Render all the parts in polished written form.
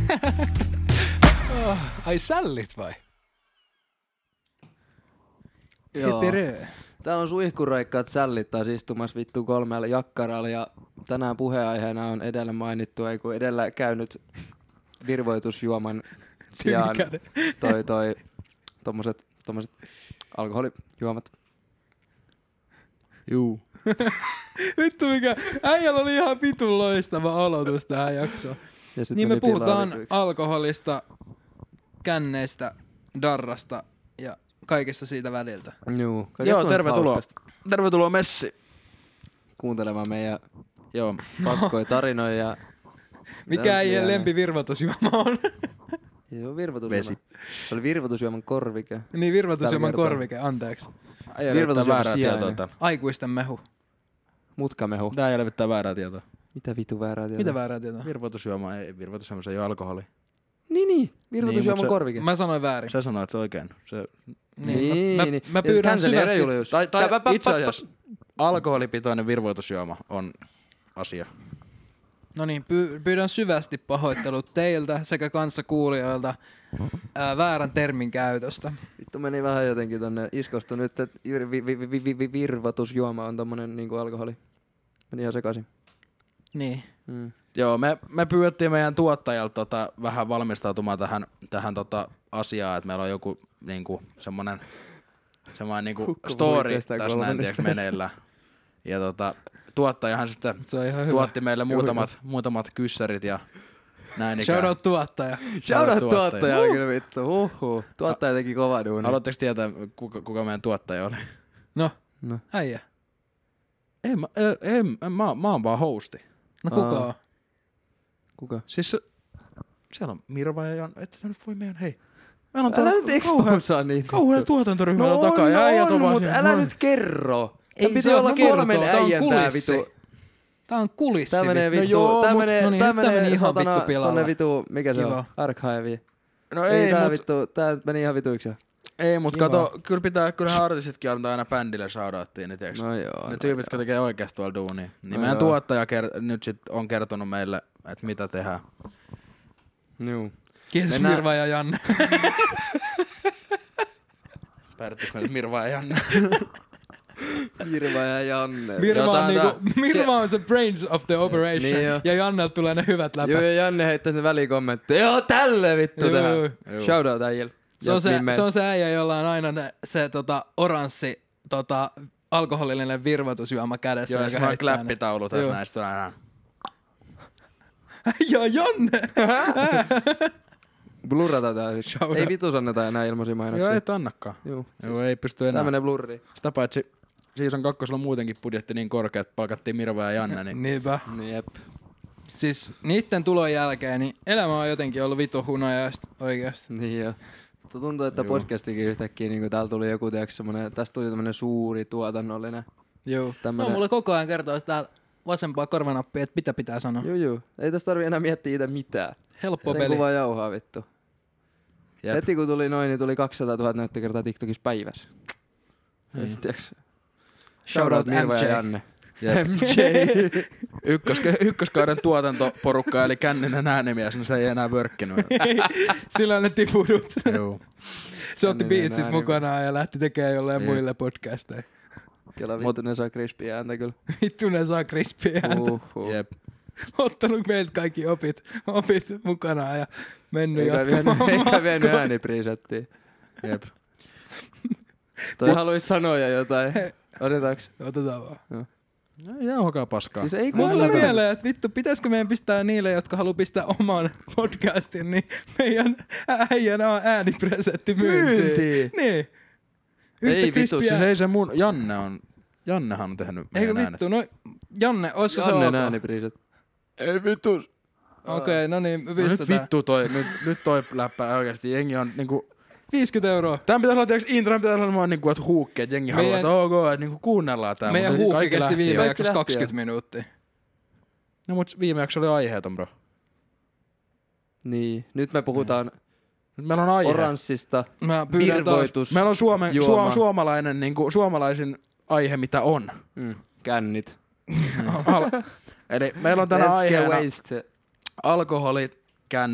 Ai sällit vai? Joo. Täällä on suihkuraikkaat sällit taas istumassa vittu 3 jakkaralla ja tänään puheenaiheena on edellä mainittu, ei kun edellä käynyt virvoitusjuoman sijaan tommoset alkoholijuomat. Juu. Vittu mikä, äijällä oli ihan vitun loistava aloitus tähän jaksoon. Niin me puhutaan alkoholista, känneistä, darrasta ja kaikesta siitä väliltä. Joo, tervetuloa. Tervetuloa Messi. Kuuntelemaan meidän paskoja tarinoja. Ja mikä äijän lempivirvoitusjuoma on? Joo, virvoitusjuoma. Vesi. Se oli virvoitusjuoman korvike. Niin, virvoitusjuoman korvike, anteeksi. Äijä levittää väärää tietoa täällä. Aikuisten mehu. Mutkamehu. Tää äijä levittää väärää tietoa. Mitä vitu väärää tietoa? Mitä väärää tietoa? Virvoitusjuomassa ei ole alkoholi. Niin. Virvoitusjuoman korvike. Mä sanoin väärin. Sä sanoit se oikein. Niin. Mä pyydän syvästi. Tai itse asiassa alkoholipitoinen virvoitusjuoma on asia. No niin, pyydän syvästi pahoittelut teiltä sekä kanssakuulijoilta väärän termin käytöstä. Vittu meni vähän jotenkin tonne iskostu nyt, että virvoitusjuoma on tommonen niinku alkoholi. Meni ihan sekaisin. Niin. Joo, me pyydettiin meidän tuottajalta vähän valmistautumaan tähän asiaan, että meillä on joku niinku semmonen niinku story tässä näin meneillä. Ja tuottajahan sitten tuotti meille muutamat kyssärit ja näin ikään. Shoutout tuottaja. Shoutout tuottaja kyllä vittu. Tuottaja teki kova duuni. Haluatteko tietää, kuka meidän tuottaja oli? No. Äijä. Mä oon vaan hosti. No kuka on? Kuka? Siis siellä on Mirva ja Jan. Että nyt voi meidän, hei. Meillä on älä nyt exposaa niitä. Kauhea tuotantoryhmä takaa. Mutta älä nyt kerro. Ei se olla kertoa, tää on kulissi. Tää on kulissi. Tää menee vittu. Tää menee ihan vittu pilalle. Tonne vittu, mikä se on? Archive. No ei tää vittu, tää meni ihan vittu yksi. Ei mut kato, kyllähän artistitkin antaa aina bändille shoutouttiin, niin tiiäks. No joo. Ne tyypit, jotka tekee oikeesti tuolla duunia. Niin meidän tuottaja nyt sit on kertonut meille, että mitä tehdään. Joo. Kiitos Mirva ja Janne. Päädyttekö meille Mirva ja Janne? Mirva ja Janne. Mirva on se brains of the operation. Niin ja Jannelta tulee ne hyvät läpät. Joo, ja Janne heittää sen välikommentteja. Joo, tälle vittu tehdään. Shoutout äijälle. Se on se äijä, jolla on aina se oranssi alkoholillinen virvoitusjuoma kädessä. Joo, se on kläppitaulu tässä näistä aina. Ja Janne! Blurrataan tää sit. Ei vitus anneta enää ilmaisia mainoksia. Joo, et annakaan. Joo, ei pysty enää. Tää menee blurriin. Sitä paitsi Season 2 on muutenkin budjetti niin korkea, että palkattiin Mirva ja Janne. Niin. Niinpä. Jep. Siis niitten tulon jälkeen, niin elämä on jotenkin ollut vitun hunajaista oikeasti. Niin joo. Tuntuu, että podcastikin yhtäkkiä, niin täällä tuli joku, tästä tuli tämmönen suuri tuotannollinen. Joo. No mulle koko ajan kertoo täällä vasempaa korvanappia, että mitä pitää sanoa. Joo. Ei tässä tarvii enää miettiä itse mitään. Helppo sen peli. Sen kuvaa jauhaa vittu. Jep. Heti kun tuli noin, niin tuli 200 000 näyttökertaa TikTokissa päivässä. Shoutout Mirva ja Janne. MJ. Ykköskauden tuotantoporukka eli Känninen äänimies, niin se ei enää vörkkinyt. Silloin ne tipudut. Joo. Se otti beatsit mukanaan ja lähti tekemään jolleen muille podcasteille. Kela vittu ne saa crispia ääntä kyllä. Vittu ne saa crispia ääntä. Jep. Ottanut meiltä kaikki opit mukanaan ja mennyt jatkamaan eikä vienyt äänipresettiin. Jep. Toi haluis sanoa jotain. Otetaanko? Otetaan vaan. No. Jauhokaa paskaa. Siis ei mulla on mieleen, että vittu, pitäisikö meidän pistää niille, jotka haluaa pistää oman podcastin, niin meidän äijän äänipresetti myyntiin. Niin. Ei vittu, siis ei se mun, Jannehan on tehnyt meidän äänet. Eikö vittu, no Janne, olisiko se Jannen äänipreset. Ei vittu. Okei, no niin, me pistetään. Nyt vittu nyt toi läppä oikeesti, jengi on niinku 50 €. Tän pitäis olla tiiäks intro, pitäis olla niinku että huukki, että jengi haluaa, että ok, että niinku kuunnellaan tää. Meidän huukki kesti viime jaksossa 20 minuuttia. No mut viime jakso oli aiheeton, bro. Niin, nyt me puhutaan nyt meillä on aihe. Oranssista, virvoitus. Meillä on suomalainen, niinku suomalaisin aihe, mitä on. Kännit. Eli meillä on tänään aiheena alkoholi, känni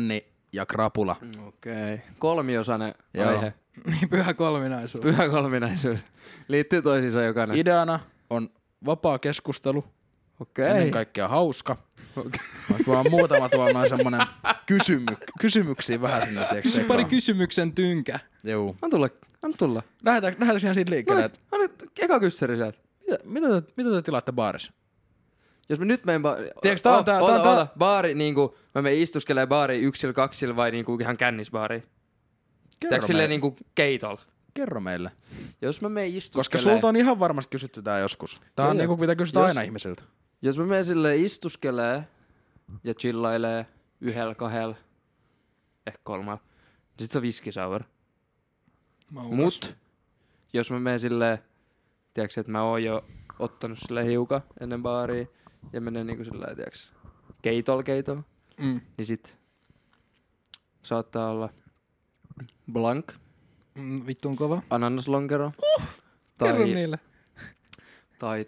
ja krapula. Okei. Kolmiosainen aihe. Niin, pyhä kolminaisuus. Pyhä kolminaisuus. Liittyy toisiinsa jokainen. Ideana on vapaa keskustelu. Okei. Ennen kaikkea hauska. Mä vaan muutama tuolla noin semmonen kysymyksiä vähän sinne. Kysy pari kysymyksen tynkä. Juu. Anna tulla. Lähdetäänkö ihan siitä liikkeelle? Anna eka kyssäri sieltä. Mitä te tilaatte baarissa? Jos mä nyt menen Tiedätkö, baari niinku, mä menen istuskelee baari yksillä kaksilla vai niinku ihan kännisbaari? Tiedätkö silleen niinku keitol? Kerro meille. Jos mä menen istuskelee... Koska sulta on ihan varmasti kysytty tää joskus. Tää on niinku mitä kysytään aina ihmisiltä. Jos mä menen silleen istuskelee ja chillailee yhdellä, kahdella, ehkä kolmella, niin sit se on whisky sour. Mut jos mä menen silleen, tiedätkö, että mä oon jo ottanut silleen hiukan ennen baaria ja menen niinku silleen, tiedätkö, keitol, niin sit saattaa olla blank. Vittu on kova. Ananaslonkero. Kerro niille. Tai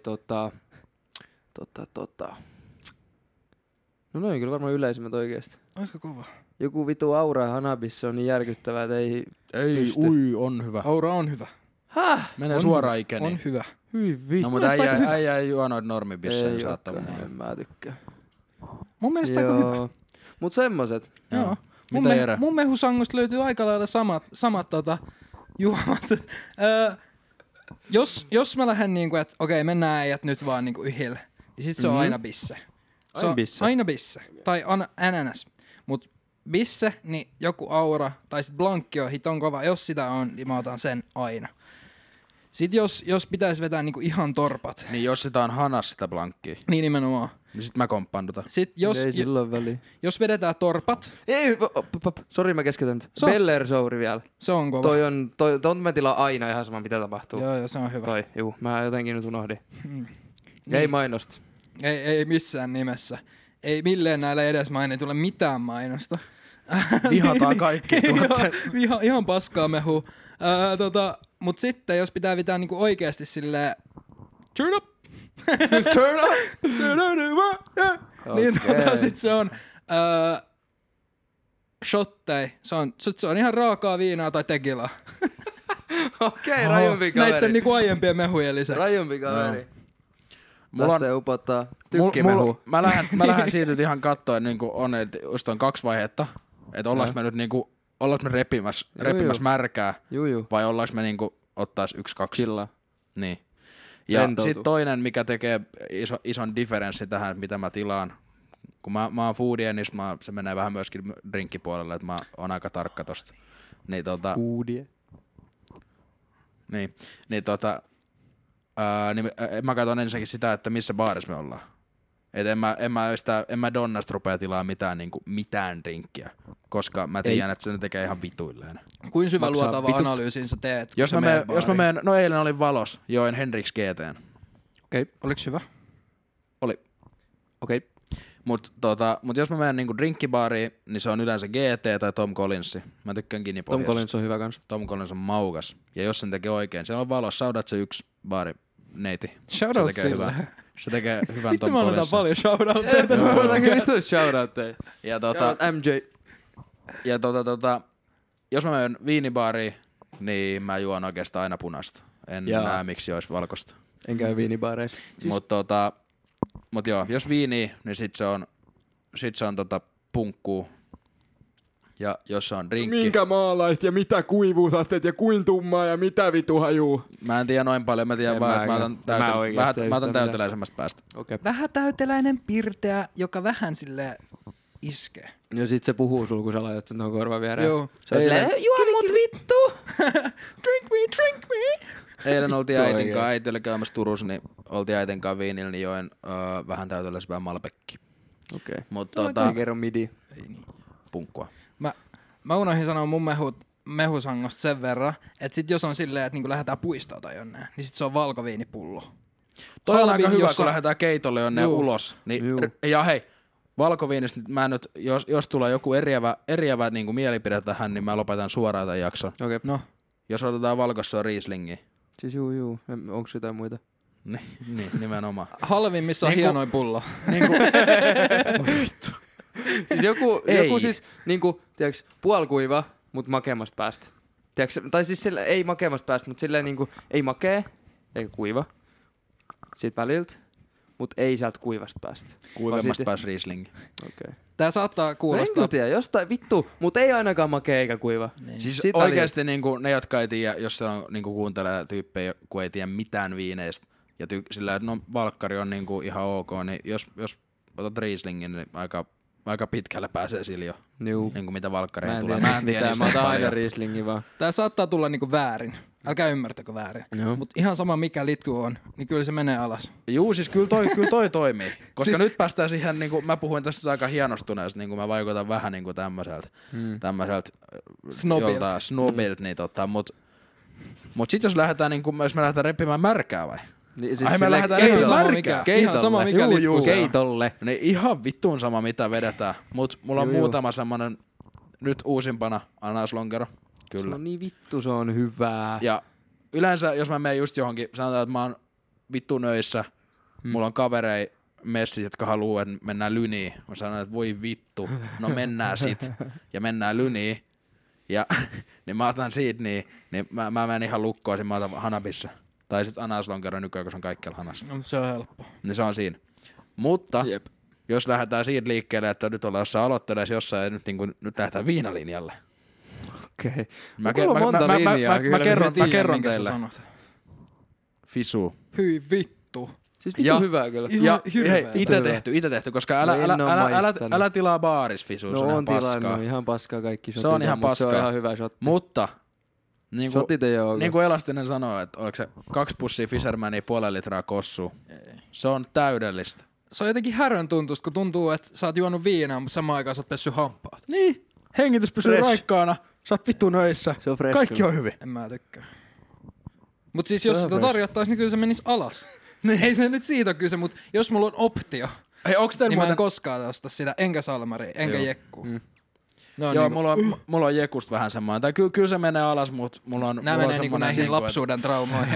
No noin kyllä varmaan yleisimmät oikeesti. Aika kova. Joku vitu Aura ja Hanabis, se on niin järkyttävää, että ei pysty. On hyvä. Aura on hyvä. Häh? Menee suoraan ikeniin. On hyvä. Hyvin. No mutta äijä ei juo noita normibissejä saattaa mukaan. En mä tykkää. Mun mielestä aika hyvä. Mut semmoset. Joo. Mitä Jere? Mun mehusangosta löytyy aika lailla samat juomat. Jos mä lähden niinku, että okei, mennään äijät nyt vaan niinku yhille, niin sit se on aina bisse. Aina bisse. Tai ananas. Mut bisse, niin joku Aura, tai sit blankki on hiton kova. Jos sitä on, niin mä otan sen aina. Sit jos pitäis vetää niinku ihan torpat. Niin jos sitä on hanas sitä blankkia. Niin nimenomaan. Niin sit mä komppaan tota. Sit ei sillä ole väliä. Jos vedetään torpat. Ei, sori mä keskityn nyt. Beller Souri vielä. Se on kova. Toi mä tilaan aina ihan sama mitä tapahtuu. Joo, se on hyvä. Mä jotenkin nyt unohdin. Ei mainosta. Ei missään nimessä. Ei milleen näillä edes tule mitään mainosta. Vihataan kaikki tuotteet. Ihan paskaa mehua. Mut sitten jos pitää pitää niinku oikeesti silleen turn up. Turn up. Niin sit se on shottei. Se on ihan raakaa viinaa tai tekilaa. Okei, rajumpi kaveri. Näitten niinku aiempien mehujen lisäksi. Rajumpi kaveri. Mulla lähtee upottaa tykkimehu. Mä lähden siitä ihan kattoen, niinku että just on 2 vaihetta. Että ollaanko me nyt niinku, ollaanko me repimässä märkää, vai ollaanko me niinku ottais 1-2. Chillaa. Niin. Ja sit toinen, mikä tekee ison differenssin tähän, mitä mä tilaan. Kun mä oon foodie, niin se menee vähän myöskin drinkkipuolelle, että mä oon aika tarkka tosta. Niin foodie? Niin mä katson ensinnäkin sitä, että missä baarissa me ollaan. Et en mä Donnasta rupea tilaa mitään drinkkiä, koska mä tiedän, että se tekee ihan vituilleen. Kuin syvä luotava analyysin sä teet? Jos mä menen, no eilen olin Valos, join Hendrix GT:n. Okei. Oliks hyvä? Oli. Okei. Mut jos mä menen niinku drinkkibaariin, niin se on yleensä GT tai Tom Collinsi. Mä tykkään Ginipohjasta. Tom Collins on hyvä kans. Tom Collins on maukas. Ja jos sen tekee oikein, se on Valos. Shoutout se yksi baari neiti. Shoutout sille. Se tekee hyvän Tom Collinsin. Vittu mä annetaan paljon shoutoutteja. Muutakin vittu shoutoutteja. Ja MJ. Ja jos mä menen viinibaariin, niin mä juon oikeastaan aina punaista. En näe miksi olisi valkoista. En käy viinibaareissa. Siis... Mut joo, jos viini, niin sit se on punkkuu. Ja jos se on drinkki... Minkä maalait ja mitä kuivuusasteet ja kuin tummaa ja mitä vitu hajuu? Mä en tiedä noin paljon, mä tiedän vaan, että mä otan täyteläisemmästä päästä. Okay. Vähän täyteläinen pirteä, joka vähän silleen iskee. Ja sit se puhuu sul, kun sä laitat sen tuohon korvan viereen. Joo. Se on silleen, juo mut vittu! Drink me! Eilen oltiin äitinkaan, äiti oli käymässä Turussa, niin oltiin äitinkaan viinillä, niin join vähän täyteläisempää Malbeckia. Okei. Mutta kerro midi. Punkkua. Mä unohdin sanoa mun mehusangosta sen verran, että sit jos on silleen, että niinku lähdetään puistoon tai jonneen, niin sit se on valkoviinipullo. Toi on aika hyvä, kun lähdetään keitolle jonneen ulos. Niin, ja hei, valkoviinista mä nyt, jos tulee joku eriävä niinku mielipide tähän, niin mä lopetan suoraan tämän jakson. Okei. No. Jos otetaan valkossa Rieslingiä. Siis juu. Onko jotain muita? Niin, nimenomaan. Halvimmissa on hienoin pullo. Vittu. Siis joku siis niinku, tiiäks, puolikuiva, mut makeammasta päästä. Tiiäks, tai siis sillä, ei makeammasta päästä, mut silleen niinku, ei makee, eikä kuiva. Siitä väliltä, mut ei sieltä kuivasta päästä. Kuivemmasta päästä Riesling. Okay. Tää saattaa kuulostaa... En tiedä, jostain vittu, mut ei ainakaan makea eikä kuiva. Niin. Siis siitä oikeesti niinku, ne, jotka ei tiedä, jos se on niinku kuuntelee tyyppejä, kun ei tiedä mitään viineistä, ja sillä, että no valkkari on niinku ihan ok, niin jos otat Rieslingin, niin aika pitkälle pääsee sillä jo. Niinku mitä valkkareihin tulee. Mä en tiedä, mä otan aina Rieslingin vaan. Tää saattaa tulla niinku väärin. Älkää ymmärtäkö väärin. Mut ihan sama mikä litku on, niin kyllä se menee alas. Juu, siis kyllä toi toimii. Koska siis... nyt päästään siihen, niinku, mä puhuin tästä aika hienostuneesta, niinku mä vaikutan vähän niinku tämmöseltä snobilta, niin mut sit jos lähdetään niinku, jos me lähdetään repimään märkää vai? Niin, siis me lähdetään repimään märkää. Ihan sama mikä litku. Keitolle. Niin ihan vittuun sama mitä vedetään. Mut mulla on muutama semmonen nyt uusimpana ananaslonkero. Kyllä. Se on niin vittu, se on hyvää. Ja yleensä, jos mä menen just johonkin, sanotaan, että mä oon vittu nöissä, mulla on kaverei messit, jotka haluu, että mennään lyniin. Mä sanon, että voi vittu, no mennään sit. Ja mennään lyniin. Ja niin mä otan siitä niin mä menen ihan lukkoon, mä otan Hanabissa. Tai sit ananaslonkero nykyään, kun se on kaikkialla Hanassa. No, se on helppo. Niin se on siinä. Mutta jos lähdetään siitä liikkeelle, että nyt ollaan jossain aloittelemaan jossain, ja nyt lähdetään viinalinjalle. Okei. Mä kerron teille. Fisu. Hyi vittu. Siis vittu hyvää kyllä. Ja hei, ite tehty, koska älä tilaa baaris Fisu, se on ihan paskaa. No ihan paskaa kaikki shotit. Se on ihan paskaa. Se on ihan hyvä shotti. Mutta niin kuin Elastinen sanoo, että oliko se 2 pussia Fishermania 0,5 litraa kossua. Se on täydellistä. Se on jotenkin härön tuntusta, kun tuntuu, että sä oot juonut viinaa, mutta samaan aikaan sä oot pessy hampaat. Niin, hengitys pysyy raikkaana, sä oot vittu nöissä, kaikki on hyvin. En mä tykkää. Mut siis jos sitä tarjottais, niin kyllä se menis alas. Niin. Ei se nyt siitä ole kyse, mutta jos mulla on optio, niin mä en koskaan osta sitä, enkä salmaria, enkä jekkua. No, joo, niin mulla on jekusta vähän semmoinen. Tai kyllä se menee alas, mutta mulla on nää menee niinku näihin lapsuuden traumoihin.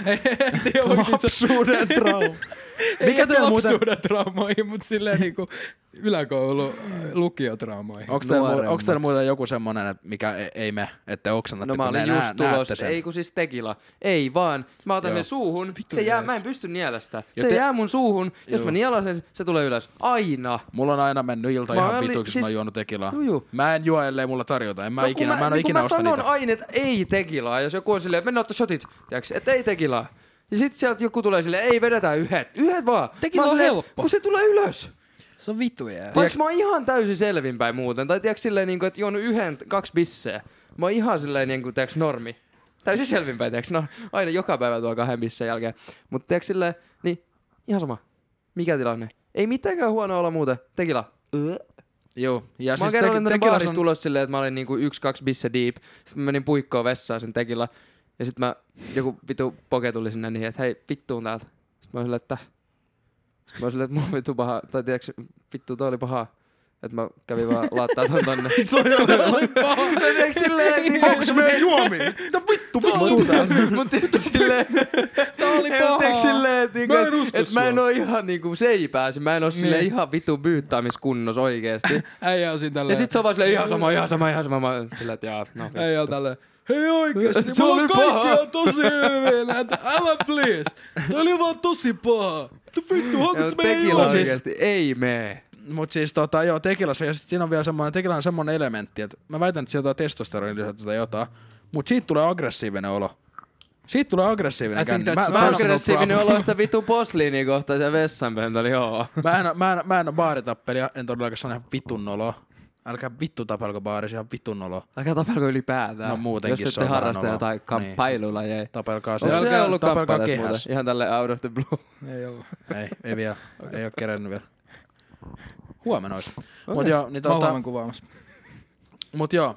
Lapsuuden traumoihin. Mikä teillä muuten? Lapsuuden traumoihin, mutta silleen niinku yläkoulu lukiotraumoihin. Onks teillä muuten joku semmonen, että mikä ei me, ette oksannatte, kun ne näette sen? Ei kun siis tekila. Ei vaan. Mä otan sen suuhun. Se jää, mä en pysty nielestä. Se jää mun suuhun. Jos mä nielasen, se tulee ylös. Aina. Mulla on aina mennyt ilta ihan vituiksi, siis, mä oon juonut tekilaa. Mä en juo, ellei mulla tarjota. Mä en ole ikinä osta niitä. Mä sanon aina, että ei tekilaa. Jos joku on silleen, mennä ottaa shotit. Tiedätkö, että ei tekilaa. Ja sit sieltä joku tulee silleen, ei vedetään yhdet vaan. Tekila on helppo. Kun se tulee ylös. Se on vittu jää. Vaikka mä oon ihan täysin selvinpäin muuten. Tai tiedätkö silleen, niin että juonut 2 bissejä. Mä oon ihan silleen, niin kuin, tiedätkö, normi. Täysin selvinpäin, tiedätkö. No, aina joka päivä tuo 2 bissejä jälkeen. Mutta tiedätkö silleen, niin ihan sama. Mikä tilanne? Ei mitenkään huono olla muuten. Tekila. Joo. Ja mä oon kerran lentänyt baarista tulos silleen, että mä olin niinku 1-2 bisse deep. Sitten mä menin puikkoon vessaan sen tekila. Ja sit joku vitu poke tuli sinne niin, että hei, vittuun täältä. Sitten mä olin silleen, että mulla on vittu paha. Tai tiiäks, vittu toi oli paha. Että mä kävin vaan laittaa ton tonne. Se oli paha. Ja tiiäks silleen. Onko se meidän juomiin? Mitä vittu täältä? Mut tiiäks silleen. Tää oli paha. Tiiäks silleen, että mä en oo ihan niinku, se ei pääsi. Mä en oo silleen ihan vittu byyttämiskunnos oikeesti. Äijä on siinä tälleen. Ja sit se on vaan silleen ihan sama. Mä silleen, että jaa, no. Äijä on tälleen. Hei oikeesti, mulla on kaikki on tosi hyvin. Älä please. Tää oli vaan tosi paha. Vittu, haukut se meidän juomiin. Oikeesti, ei mee. Mut siis joo, tekilassa, ja sit siinä on vielä semmonen elementti, että mä väitän, että sieltä on testosteronin lisätty tai jotain, mut siitä tulee aggressiivinen olo. Siitä tulee aggressiivinen känni. Mä aggressiivinen olo sitä vittu posliinia kohtaan ja vessanpöntöli, joo. Mä en oo baaritappelija, en todellakaan sano ihan vitun olo. Älkää vittu tapelko baarissa, ihan vitun olo. Älkää tapelko ylipäätään. No muutenkin jos se on vähän olo. Jos ette harrasta jotain kamppailulla, tapelkaa se. Onko se ollut kamppailussa? Ihan tälle out of the blue. Ei ollut. Ei vielä. Ei oo kerennyt vielä. Huomenna ois. Okay. Mut joo, niin mä oon huomenna kuvaamassa. Mut joo.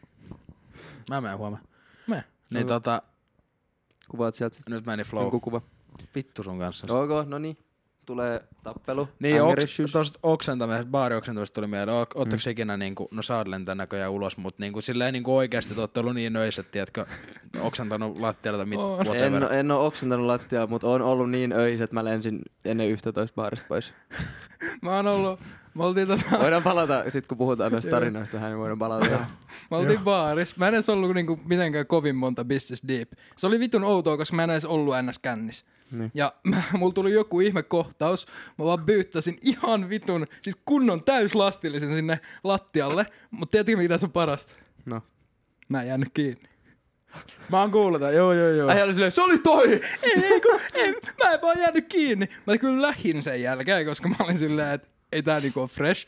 Mä menen huomenna. Niin kuvaat sieltä sit. Nyt meni flow. Joku kuva. Vittu sun kanssa. Okay, no niin. Tulee tappelu. Niin, tosta baarioksentamisesta tuli mieleen. Ootteko ikinä niinku, no sä oot lentää näköjään ulos, mut niinku silleen niinku oikeesti te ootte ollut niin öiset, tiedätkö, oksentanut lattialla whatever. En oo oksentanut lattialla, mut oon ollut niin öiset, että mä lensin ennen 11 baarista pois. Mä oon ollut Voidaan palata, sit kun puhutaan noista tarinoista vähän, niin voidaan palata. Mä oltiin baaris. Mä en edes ollut niinku mitenkään kovin monta business deep. Se oli vitun outoa, koska mä en edes ollut ns kännis. Niin. Ja mulla tuli joku ihme kohtaus. Mä vaan byyttäsin ihan vitun, siis kunnon täyslastillisen sinne lattialle. Mut tiedätkö mitä se on parasta? No. Mä en jäänyt kiinni. Mä oon kuullut tämän, joo. Äijä oli silleen, se oli toi! Mä en vaan jäänyt kiinni. Mä kyllä lähin sen jälkeen, koska mä olin silleen, että ei tää niinku oo fresh.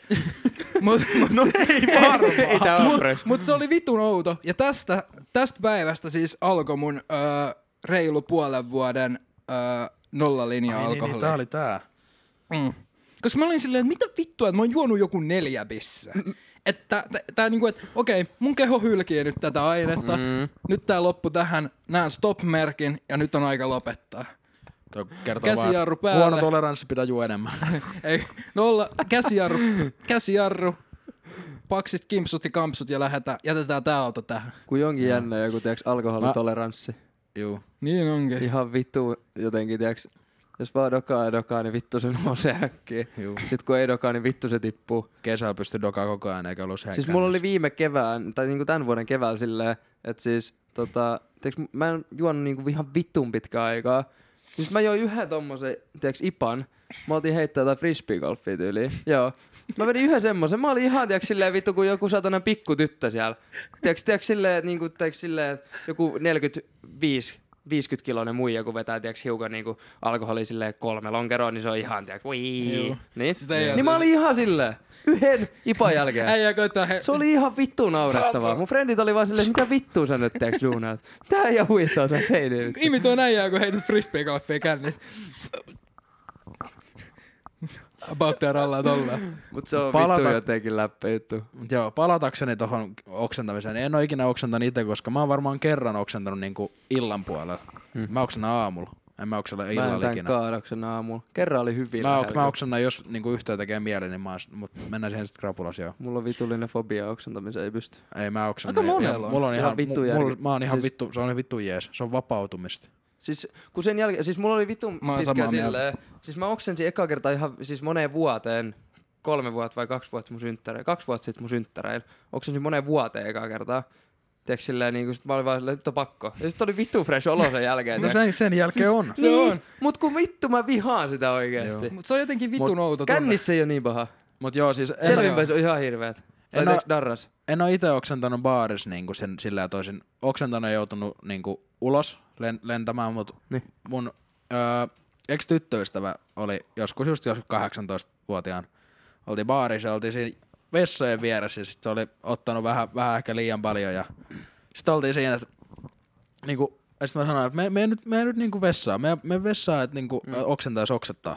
Ei varmaan. Ei tää oo fresh. Mut se oli vitun outo. Ja tästä päivästä siis alkoi mun reilu puolen vuoden nollalinja alkoholia. Niin, tää oli tää. Koska mä olin silleen, että mitä vittua, että mä oon juonut joku 4 bissää. Että tää niinku, että okei, mun keho hylkii nyt tätä ainetta. Nyt tää loppu tähän, näen stop-merkin ja nyt on aika lopettaa. Käsijarru päälle. Huono toleranssi pitää juo enemmän. Ei, käsijarru, paksit, kimpsut ja kampsut ja jätetään tää auto tähän. Kun jonkin jännä joku, tiiäks, alkoholitoleranssi. Juu. Niin onkin. Ihan vittu jotenkin, tiiäks, jos vaan dokaa, niin vittu se nousee äkkiä. Juu. Sit kun ei dokaa, niin vittu se tippuu. Kesällä pystyi dokaa koko ajan, eikä ollut siis mulla oli viime kevään, tai niinku tän vuoden keväällä silleen, että siis tiiäks, mä en juonut niinku ihan vittun pitkään aikaa. Siis mä join yhden tommosen, tiiäks, IPAn. Mä oltiin heittää jotain frisbeegolfia tyyliin. Joo. Mä vedin yhden semmosen. Mä olin ihan, tiiäks, silleen vittu kuin joku satanen pikkutyttö siellä. Tiiäks, silleen, että niinku, silleen, joku 50-kiloinen muija, kun vetää, tiiäks, hiukan niinku alkoholia silleen 3 lonkeroa, niin se on ihan, tiiäks, niin? Niin mä olin ihan silleen. Yhden IPAn jälkeen. Se oli ihan vittu naurettavaa. Mun frendit oli vaan silleen, mitä vittua sä nyt teeks duunaat? Mitä äijä huittaa tää seinillä? Imitoin äijää, kun heität frisbeegolfia kännit. About there rallaa tollaan. Mut se on vittu jotenkin läppä juttu. Joo, palatakseni tohon oksentamiseen. En oo ikinä oksentanut itse, koska mä oon varmaan kerran oksentanut niinku illan puolella. Mä oksennan aamulla. En mä oksella illalla ikinä. Mä en tän kaadoksen aamulla. Kerran oli hyvin mä oksennan, jos niinku yhtään tekee mieli, niin mut mennään siihen sit krapulas, joo. Mulla on vitullinen fobia oksentamiseen, ei pysty. Ei mä oksennan. Aika monella on. Mulla on ihan vittu mä oon ihan vittu, se on vittu jees. Se on vapautumista. Siis kun sen jälkeen, siis mulla oli vitun pitkä silleen. Siis mä oksensin eka kertaa ihan siis moneen vuoteen. 3 vuotta vai 2 vuotta mun synttäreillä. 2 vuotta sit mun synttäreillä. Oksensin moneen vuoteen eka kertaa. Tiedätkö silleen niinku, sit mä olin vaan silleen, nyt on pakko. Ja sit oli vittu fresh olo sen jälkeen. No sen jälkeen siis, on. Se niin, on. Mut kun vittu mä vihaan sitä oikeesti. Mut se on jotenkin vitun outo tunne. Kännissä ei oo niin paha. Mut joo siis. Selvinpäin se on ihan hirveet. Darras. En oo ite oksentanut baaris niinku sillä toisin. Oksentanut ja joutunut niinku ulos lentämään, mut niin. Mun ex-tyttöystävä oli joskus 18-vuotiaan. Oltiin baarissa ja oltiin siinä vessojen vieressä ja sit se oli ottanut vähän ehkä liian paljon ja sit oltiin siinä, että niinku, ja sit mä sanoin, että me nyt niinku vessaan, me vessaan, että niinku oksentaa ja oksettaa.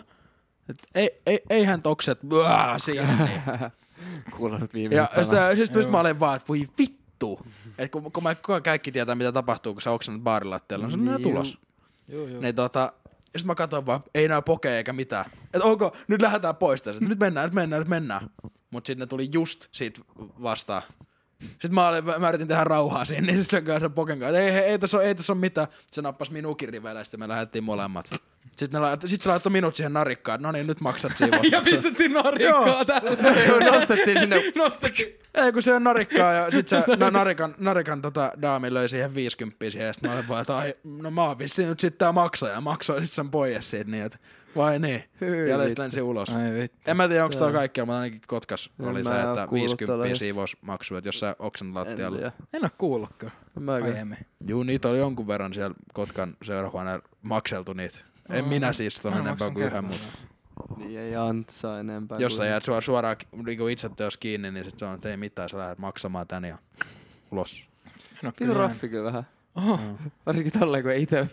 Eihän okset, siihen niin. Kuulonut viimeiset sanat. Ja siis mä olin vaan, että voi vittu. Et kun kaikki tietää, mitä tapahtuu, kun sä oksennat baarilattialla, niin se on tulos. Joo. Niin ja sit mä katson vaan, ei näy pokea eikä mitään. Et onko, nyt lähdetään pois tästä. Nyt mennään. Mut sit ne tuli just siitä vastaan. Sitten mä yritin tehdä rauhaa siinä, niin sitten kanssa poken kanssa, ei tässä ole mitään. Se nappasi minun kirriveellä ja sitten me lähdettiin molemmat. Sitten se laittoi minut siihen narikkaan, no niin, nyt maksat siivous. Ja pistettiin narikkaa tällä. Nostettiin sinne. Ei, kun se on narikkaa ja sit se narikan daami löi siihen 50 siihen ja sit mä olin vaan, että no mä oon vissiin nyt sit tää maksaja. Maksoi sit sen pois siitä niin, että vai niin. Ja lensi ulos. En mä tiedä, onko tää kaikkea, mutta ainakin Kotkas oli se, että 50 siivous maksui, että jos sä oksen lattialla. En oo kuullutkaan. Aiemmin. Juu, niitä oli jonkun verran siellä Kotkan seurahuoneen makseltu niitä. En minä siis ton enempää kuin yhden, mutta niin ei antsaa enempää. Jos sä jäät suoraan niin itse teos kiinni, niin sit se on, että ei mitään, sä lähdet maksamaan tän ja ulos. Pitu raffi kyllä vähän. Varsinkin tolleen, kun ei ite.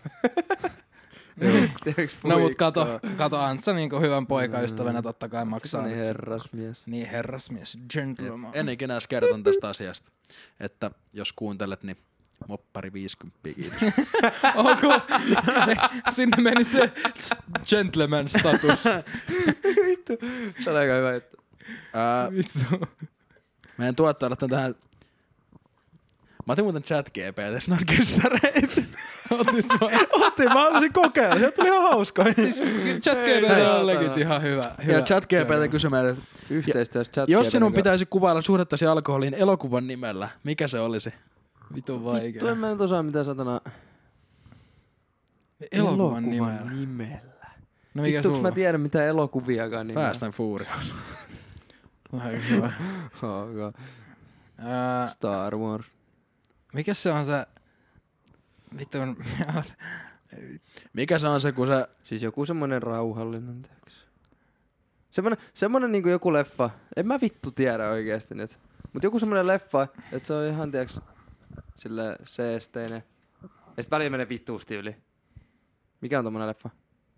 No mut kato Antsa niinku hyvän poikaystävänä totta kai maksaa. Niin herrasmies. Niin herrasmies, gentleman. En ikinä edes kertonut tästä asiasta, että jos kuuntelet, niin moppari 50, kiitos. Onko? Sinne meni se gentleman status. Vittu. Se on aika hyvä, että. Vittu. Meidän tuottajat on tähän. Mä otin muuten ChatGPT:ssä noita kyssäreitä. Otin, mä haluaisin kokeilla. Se tuli ihan hauskaa. Siis ChatGPT on legit ihan hyvä. Ja ChatGPT kysyi meille, että yhteistyössä ChatGPT. Jos sinun pitäisi kuvailla suhdettasi alkoholiin elokuvan nimellä, mikä se olisi? Vitun vaikea. Vittu, en mä nyt osaa mitään satana. Elokuvan nimellä. No mikä vittuks mä tiedän mitään elokuviakaan nimellä? Fast and Furious. Okay. Star Wars. Mikä se on se... Vitun... Mikä se on se, kun se... Siis joku semmonen rauhallinen, tiiäks. Semmonen niinku joku leffa. En mä vittu tiedä oikeesti nyt. Mut joku semmonen leffa, että se on ihan tiiäks... Silleen seesteinen. Ja sit väliin menee vittuusti yli. Mikä on tommonen leffa?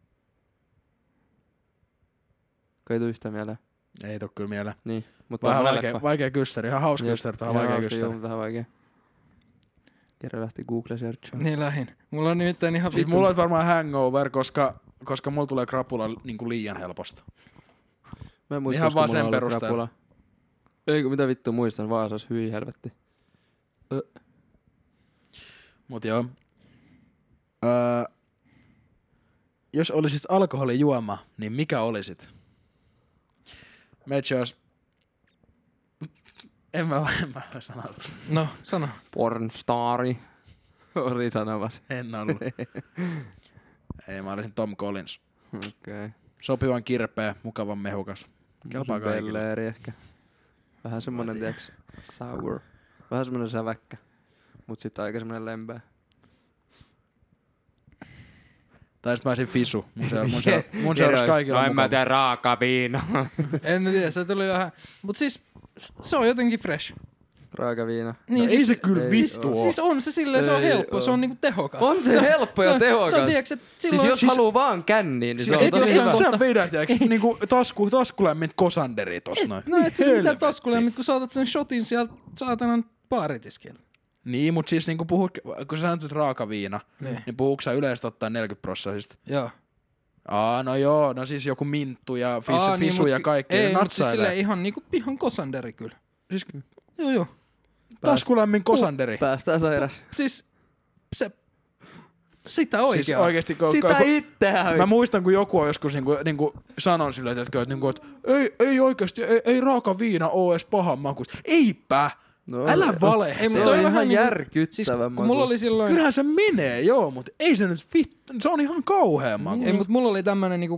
Ei tuu yhtään mieleen. Ei tuu kyllä mieleen. Niin. Mut vähän vaikea kyssäri. Ihan hauska kyssäri. Ihan vaikea kyssäri. Joo, vähän vaikea. Jere lähti Google searchaan. Niin lähin. Mulla on nimittäin ihan siis mulla on varmaan hangover, koska mulla tulee krapula niinku liian helposti. Mä en muista, ihan vaan sen perusteella. Eikö mitä vittu muistan, Vaasas, hyi helvetti. Mut joo. Jos olisit alkoholijuoma, niin mikä olisit? Metsos. En mä voi sanoa. No, sano. Pornstari. Oli sanomassa. En ollut. Ei, mä olisin Tom Collins. Okei. Okay. Sopivan kirpeä, mukavan mehukas. Kelpaa kaikille. Belleeri ehkä. Vähän semmonen, tiiäks, sour. Vähän semmonen säväkkä. Mut sit aika semmonen lempeä. Tai sit mä olisin Fisu. Mun seurasi kaikilla mukaan. No en mä tiedä, raaka viina. En tiedä, se tuli vähän... Mut siis, se on jotenkin fresh. Raaka viina. Niin, no siis, ei se kyllä vittu oo. Siis on se silleen, se on helppo, se on niinku tehokas. On se helppo ja tehokas. Se on tiiäks, et silloin... Siis jos haluu vaan känniin, niin se on tosi hyvä. Sä vedät, tiiäks, niinku taskulämmit kosanderi tossa noin. No et sä mitään taskulämmit, kun saatat sen shotin sieltä saatanan baaritiskiltä. Niin, mut siis niinku kun sä sanot raaka viina, niin puhuuko sä yleensä ottaa 40%? Joo. No joo, no siis joku minttu ja fisu niin, ja kaikki. Ei, mut siis silleen ihan kosanderi kyllä. Siis joo. Taskulämmin kosanderi. Päästään sairas. Siis se... Sitä oikeaa. Siis oikeesti, sitä itseään. Mä muistan, kun joku on joskus niinku sanon silleen, että ei oikeesti, ei raaka viina oo edes pahan makuista. Eipä! No, älä vale. Ei, se on ihan järkyttävä makuista. Mulla oli silloin... Kyllähän se menee, joo, mut ei se nyt se on ihan kauhea makuista. Ei, mut mulla oli tämmönen niinku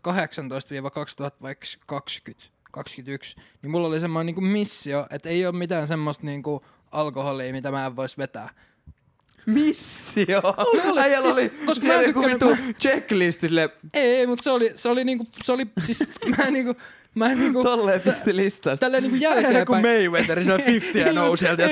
2018-2021, niin mulla oli semmoinen niinku missio, että ei oo mitään semmoista niinku alkoholia, mitä mä en vois vetää. Missio? Äijällä siis, oli koska mä joku vittu checklist sille. Ei, mut se oli niinku, siis mä en niinku... Tolleen pisti listasta. Tälleen niinku jälkeenpäin... Kun Mayweather, se on 50 ja nousi sieltä.